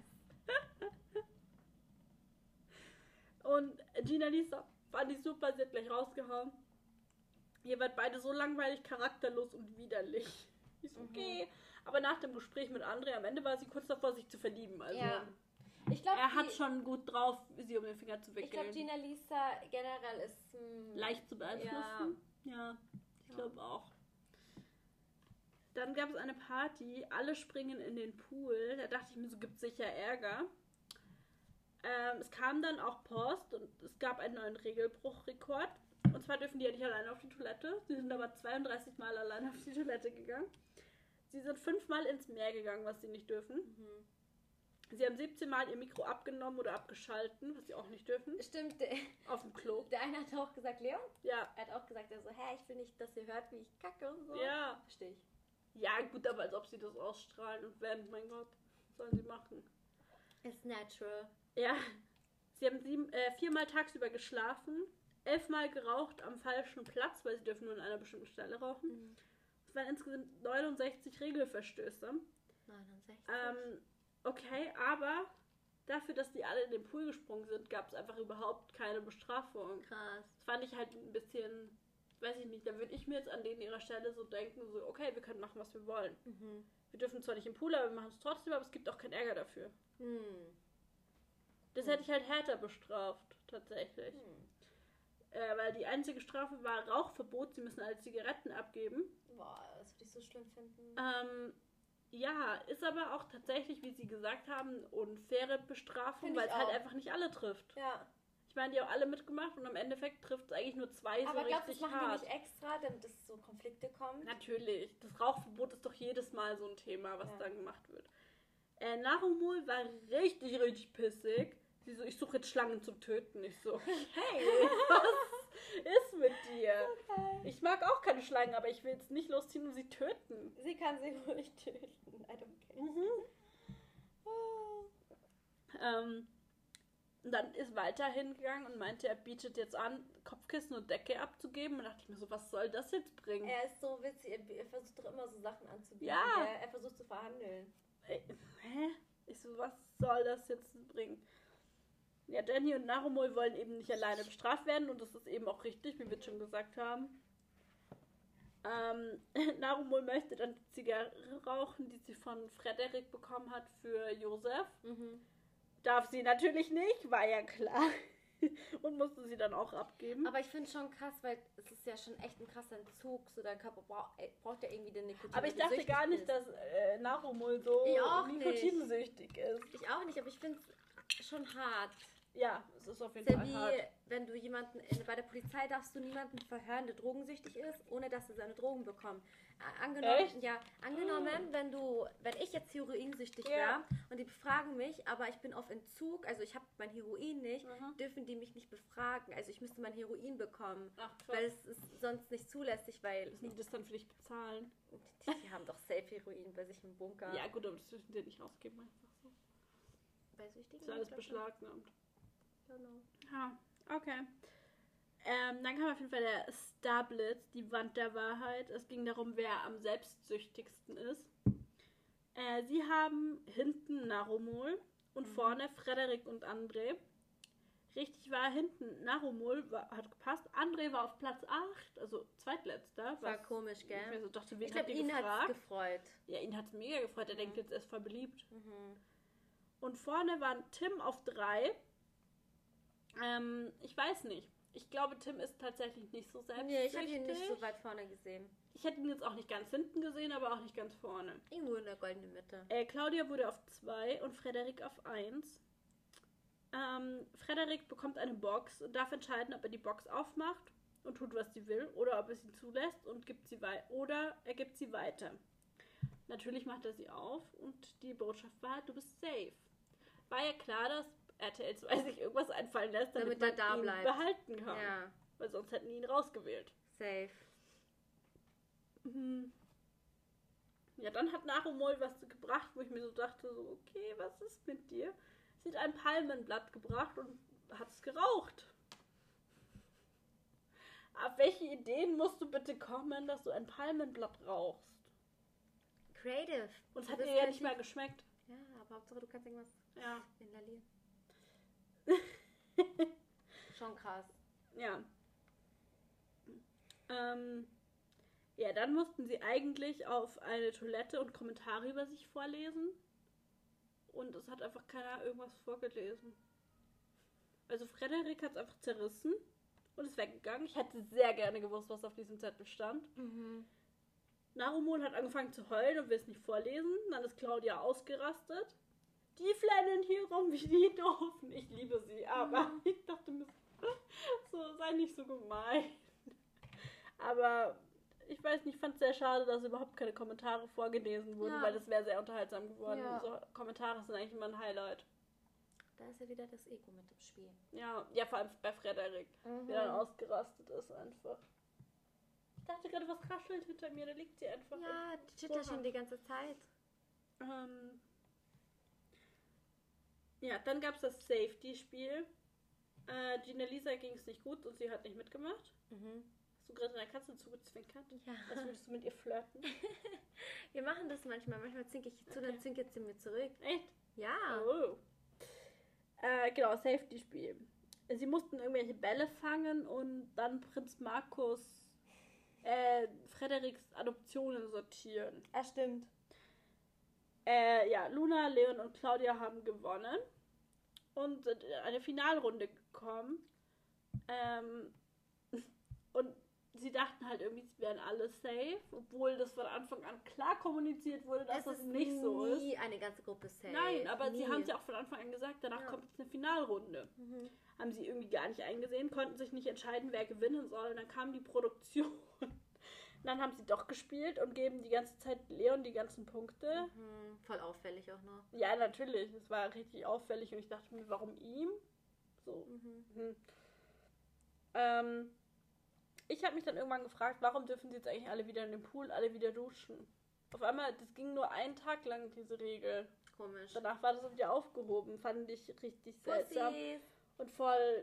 Und Gina Lisa fand ich super, sie hat gleich rausgehauen. Ihr wart beide so langweilig, charakterlos und widerlich. Ich so, okay. Aber nach dem Gespräch mit André, am Ende war sie kurz davor, sich zu verlieben. Also Ja. Ich glaube, er hat schon gut drauf, sie um den Finger zu Ich glaube, wickeln. Gina Lisa generell ist Leicht zu beeinflussen. Ja, ich glaube auch. Dann gab es eine Party, alle springen in den Pool. Da dachte ich mir, so gibt sicher Ärger. Es kam dann auch Post und es gab einen neuen Regelbruchrekord. Und zwar dürfen die ja nicht alleine auf die Toilette. Sie sind aber 32 Mal alleine auf die Toilette gegangen. Sie sind 5 Mal ins Meer gegangen, was sie nicht dürfen. Sie haben 17 Mal ihr Mikro abgenommen oder abgeschalten, was sie auch nicht dürfen. Stimmt, Auf dem Klo. der eine hat auch gesagt, Leon, Ja. er hat auch gesagt, er so, hä, ich will nicht, dass ihr hört, wie ich kacke und so. Ja. Verstehe ich. Ja, gut, aber als ob sie das ausstrahlen und wenn, mein Gott, was sollen sie machen? It's natural. Ja. Sie haben 4 Mal tagsüber geschlafen, 11 Mal geraucht am falschen Platz, weil sie dürfen nur an einer bestimmten Stelle rauchen. Es waren insgesamt 69 Regelverstöße. 69. Okay, aber dafür, dass die alle in den Pool gesprungen sind, gab es einfach überhaupt keine Bestrafung. Krass. Das fand ich halt ein bisschen, weiß ich nicht, da würde ich mir jetzt an denen ihrer Stelle so denken, so, okay, wir können machen, was wir wollen. Wir dürfen zwar nicht im Pool, aber wir machen es trotzdem, aber es gibt auch keinen Ärger dafür. Das hätte ich halt härter bestraft, tatsächlich. Weil die einzige Strafe war Rauchverbot, sie müssen alle Zigaretten abgeben. Boah, das würde ich so schlimm finden. Ja, ist aber auch tatsächlich, wie sie gesagt haben, unfaire Bestrafung, Find weil ich es halt auch. einfach nicht alle trifft. Ja. Ich meine, die haben alle mitgemacht und im Endeffekt trifft es eigentlich nur 2 so Aber glaubst du, das richtig machen die hart. nicht extra, damit es so Konflikte kommen? Natürlich. Das Rauchverbot ist doch jedes Mal so ein Thema, was Ja. dann gemacht wird. Narumul war richtig, richtig pissig. Sie so, ich suche jetzt Schlangen zum Töten. Ich so, hey, was ist mit dir? Okay. Ich mag auch keine Schlangen, aber ich will jetzt nicht losziehen und sie töten. Sie kann sie ruhig töten. I don't care. Und dann ist Walter hingegangen und meinte, er bietet jetzt an, Kopfkissen und Decke abzugeben. Und dachte ich mir so, was soll das jetzt bringen? Er ist so witzig, er versucht doch immer so Sachen anzubieten. Ja. Er versucht zu verhandeln. Hä? Ich so, was soll das jetzt bringen? Ja, Danny und Narumul wollen eben nicht alleine bestraft werden und das ist eben auch richtig, wie wir schon gesagt haben. Narumol möchte dann die Zigarre rauchen, die sie von Frederik bekommen hat für Josef. Darf sie natürlich nicht, war ja klar. Und musste sie dann auch abgeben. Aber ich finde es schon krass, weil es ist ja schon echt ein krasser Entzug. So dein Körper braucht ja irgendwie den Nikotin. Aber ich dachte gar nicht, dass Narumol so nikotinsüchtig ist. Ich auch nicht, aber ich finde es schon hart. Ja, es ist auf jeden Sehr Fall wie, hart. wenn du jemanden, bei der Polizei darfst du niemanden verhören, der drogensüchtig ist, ohne dass er seine Drogen bekommt. Angenommen, wenn ich jetzt heroinsüchtig wäre und die befragen mich, aber ich bin auf Entzug, also ich habe mein Heroin nicht, dürfen die mich nicht befragen. Also ich müsste mein Heroin bekommen, weil es ist sonst nicht zulässig, weil... Müssen die das dann für dich bezahlen? Die haben doch safe Heroin bei sich im Bunker. Ja gut, aber das dürfen die nicht rausgeben, einfach so. Bei Süchtigen? Das ist alles beschlagnahmt. Genau. Ja, okay. Dann kam auf jeden Fall der Starblitz, die Wand der Wahrheit. Es ging darum, wer am selbstsüchtigsten ist. Sie haben hinten Narumol und vorne Frederik und André. Richtig war hinten Narumol, hat gepasst. André war auf Platz 8, also zweitletzter. War komisch, gell? Ich mir so dachte, Ich glaube, ihn hat es gefreut. Ja, ihn hat es mega gefreut. Er denkt jetzt, er ist voll beliebt. Und vorne waren Tim auf 3. Ich weiß nicht. Ich glaube, Tim ist tatsächlich nicht so selbstsüchtig. Nee, ich habe ihn nicht so weit vorne gesehen. Ich hätte ihn jetzt auch nicht ganz hinten gesehen, aber auch nicht ganz vorne. Irgendwo in der goldenen Mitte. Claudia wurde auf 2 und Frederik auf 1. Frederik bekommt eine Box und darf entscheiden, ob er die Box aufmacht und tut, was sie will, oder ob er sie zulässt und gibt sie er gibt sie weiter. Natürlich macht er sie auf und die Botschaft war, du bist safe. War ja klar, dass RTL 2 sich irgendwas einfallen lässt, damit man ihn behalten kann. Ja. Weil sonst hätten die ihn rausgewählt. Safe. Ja, dann hat Narumol was gebracht, wo ich mir so dachte, so, okay, was ist mit dir? Sie hat ein Palmenblatt gebracht und hat es geraucht. Auf welche Ideen musst du bitte kommen, dass du ein Palmenblatt rauchst? Creative. Und es hat dir ja nicht mal geschmeckt. Ja, aber Hauptsache du kannst irgendwas inhalieren. Schon krass. Ja. Ja, dann mussten sie eigentlich auf eine Toilette und Kommentare über sich vorlesen. Und es hat einfach keiner irgendwas vorgelesen. Also Frederik hat es einfach zerrissen und ist weggegangen. Ich hätte sehr gerne gewusst, was auf diesem Zettel stand. Narumol hat angefangen zu heulen und will es nicht vorlesen. Dann ist Claudia ausgerastet. Die flennen hier rum wie die Doofen. Ich liebe sie, aber ich dachte mir so, sei nicht so gemein. Aber ich weiß nicht, ich fand es sehr schade, dass überhaupt keine Kommentare vorgelesen wurden, weil das wäre sehr unterhaltsam geworden. Ja. So Kommentare sind eigentlich immer ein Highlight. Da ist ja wieder das Ego mit im Spiel. Ja, vor allem bei Frederik, der dann ausgerastet ist einfach. Ich dachte gerade, was raschelt hinter mir, da liegt sie einfach. Ja, die chillt schon die ganze Zeit. Ja, dann gab es das Safety-Spiel. Gina Lisa ging es nicht gut und sie hat nicht mitgemacht. Hast du gerade deiner Katze zugezwinkert? Ja. Als würdest du mit ihr flirten? Wir machen das manchmal. Manchmal zinke ich zu, dann zwinkert sie mir zurück. Echt? Ja. Oh. Genau, Safety-Spiel. Sie mussten irgendwelche Bälle fangen und dann Prinz Markus Frederiks Adoptionen sortieren. Stimmt. Ja, Luna, Leon und Claudia haben gewonnen und sind in eine Finalrunde gekommen. Und sie dachten halt irgendwie, es wären alle safe, obwohl das von Anfang an klar kommuniziert wurde, dass das nicht so ist. Nie eine ganze Gruppe safe. Nein, aber sie haben es ja auch von Anfang an gesagt, danach kommt jetzt eine Finalrunde. Haben sie irgendwie gar nicht eingesehen, konnten sich nicht entscheiden, wer gewinnen soll. Und dann kam die Produktion. Und dann haben sie doch gespielt und geben die ganze Zeit Leon die ganzen Punkte. Voll auffällig auch noch. Ja, natürlich. Es war richtig auffällig und ich dachte mir, warum ihm? So. Ich habe mich dann irgendwann gefragt, warum dürfen sie jetzt eigentlich alle wieder in den Pool, alle wieder duschen? Auf einmal, das ging nur einen Tag lang, diese Regel. Komisch. Danach war das wieder aufgehoben. Fand ich richtig seltsam. Und voll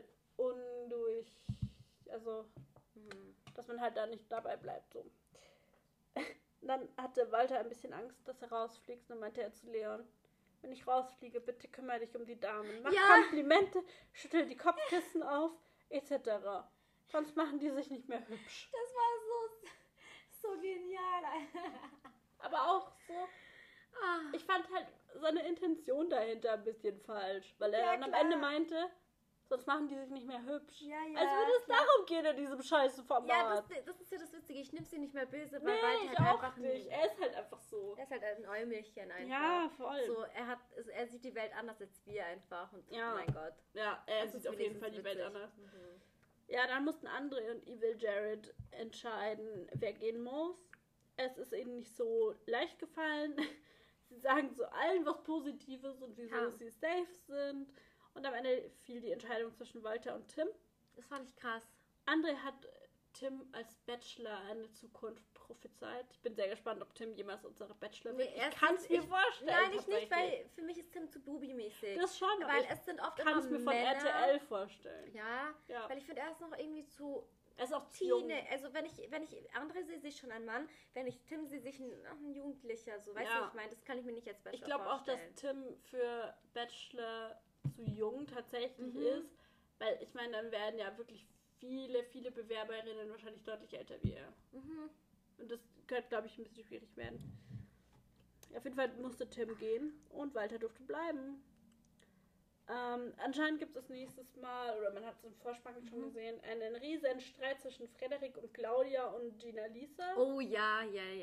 also, dass man halt da nicht dabei bleibt, so. Dann hatte Walter ein bisschen Angst, dass er rausfliegt. Dann meinte er zu Leon, wenn ich rausfliege, bitte kümmere dich um die Damen. Mach Komplimente, schüttel die Kopfkissen auf, etc. Sonst machen die sich nicht mehr hübsch. Das war so Ja, Aber auch so, ich fand halt seine Intention dahinter ein bisschen falsch. Weil er dann am Ende meinte, sonst machen die sich nicht mehr hübsch. Ja, Als würde es darum gehen in diesem scheiße Format. Ja, das ist ja das Witzige. Ich nehme sie nicht mehr böse, weil Nee, Walter halt einfach nicht. Er ist halt einfach so. Er ist halt ein Eumilchen einfach. Ja, voll. So, er sieht die Welt anders als wir einfach. Und Ja. mein Gott. Ja, er sieht auf jeden Fall die Welt anders. Ja, dann mussten Andre und Evil Jared entscheiden, wer gehen muss. Es ist ihnen nicht so leicht gefallen. Sie sagen zu allen was Positives und wieso sie safe sind. Und am Ende fiel die Entscheidung zwischen Walter und Tim. Das fand ich krass. Andre hat Tim als Bachelor eine Zukunft prophezeit. Ich bin sehr gespannt, ob Tim jemals unsere Bachelor wird. Ich kann es mir vorstellen. Nein, ich nicht, weil für mich ist Tim zu Bubi-mäßig. Das schon, weil es sind oft kann es mir von Männer, RTL vorstellen. Ja, weil ich finde, er ist noch irgendwie zu er ist auch jung. Also wenn ich andere sehe, sehe ich schon einen Mann. Wenn ich Tim sehe, sehe ich ein Jugendlicher. So, weißt du, ich meine, das kann ich mir nicht als Bachelor Ich glaube auch, dass Tim für Bachelor zu jung tatsächlich ist. Weil ich meine, dann werden ja wirklich viele Bewerberinnen wahrscheinlich deutlich älter wie er. Und das könnte, glaube ich, ein bisschen schwierig werden. Auf jeden Fall musste Tim gehen und Walter durfte bleiben. Anscheinend gibt es nächstes Mal, oder man hat es im Vorspann schon gesehen, einen riesen Streit zwischen Frederik und Claudia und Gina Lisa. Oh ja.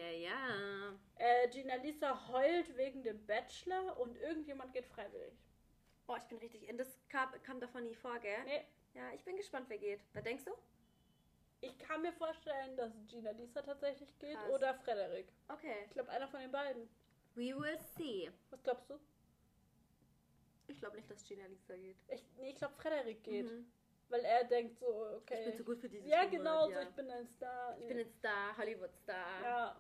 Gina Lisa heult wegen dem Bachelor und irgendjemand geht freiwillig. Oh, ich bin richtig... Das kam davon nie vor, gell? Nee. Ja, ich bin gespannt, wer geht. Was denkst du? Ich kann mir vorstellen, dass Gina Lisa tatsächlich geht Krass. oder Frederik. Okay. Ich glaube, einer von den beiden. We will see. Was glaubst du? Ich glaube nicht, dass Gina Lisa geht. Ich glaube, Frederik geht. Weil er denkt so, okay. Ich bin zu gut für dieses Ja, genau, so, ich bin ein Star. Ich bin ein Star, Hollywood-Star. Ja.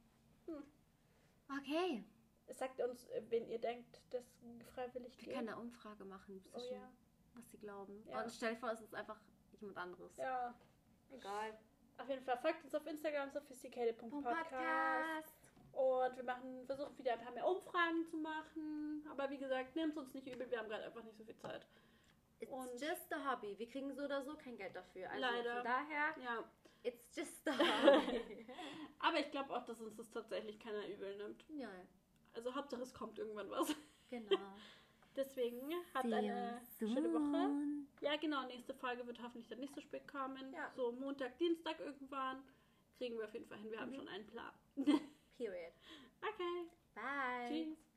Okay. Sagt uns, wen ihr denkt, dass freiwillig geht. Wir können eine Umfrage machen, was sie glauben. Ja. Und stell dir vor, es ist einfach jemand anderes. Ja. Egal. Auf jeden Fall folgt uns auf Instagram sophisticated.podcast. Und wir versuchen wieder ein paar mehr Umfragen zu machen. Aber wie gesagt, nehmt uns nicht übel, wir haben gerade einfach nicht so viel Zeit. It's just a hobby. Wir kriegen so oder so kein Geld dafür. Also leider. Von daher, ja. It's just a hobby. Aber ich glaube auch, dass uns das tatsächlich keiner übel nimmt. Ja. Also Hauptsache es kommt irgendwann was. Genau. Deswegen habt eine schöne Woche. Ja, genau. Nächste Folge wird hoffentlich dann nicht so spät kommen. Ja. So Montag, Dienstag irgendwann. Kriegen wir auf jeden Fall hin. Wir haben schon einen Plan. Period. Okay. Bye. Tschüss.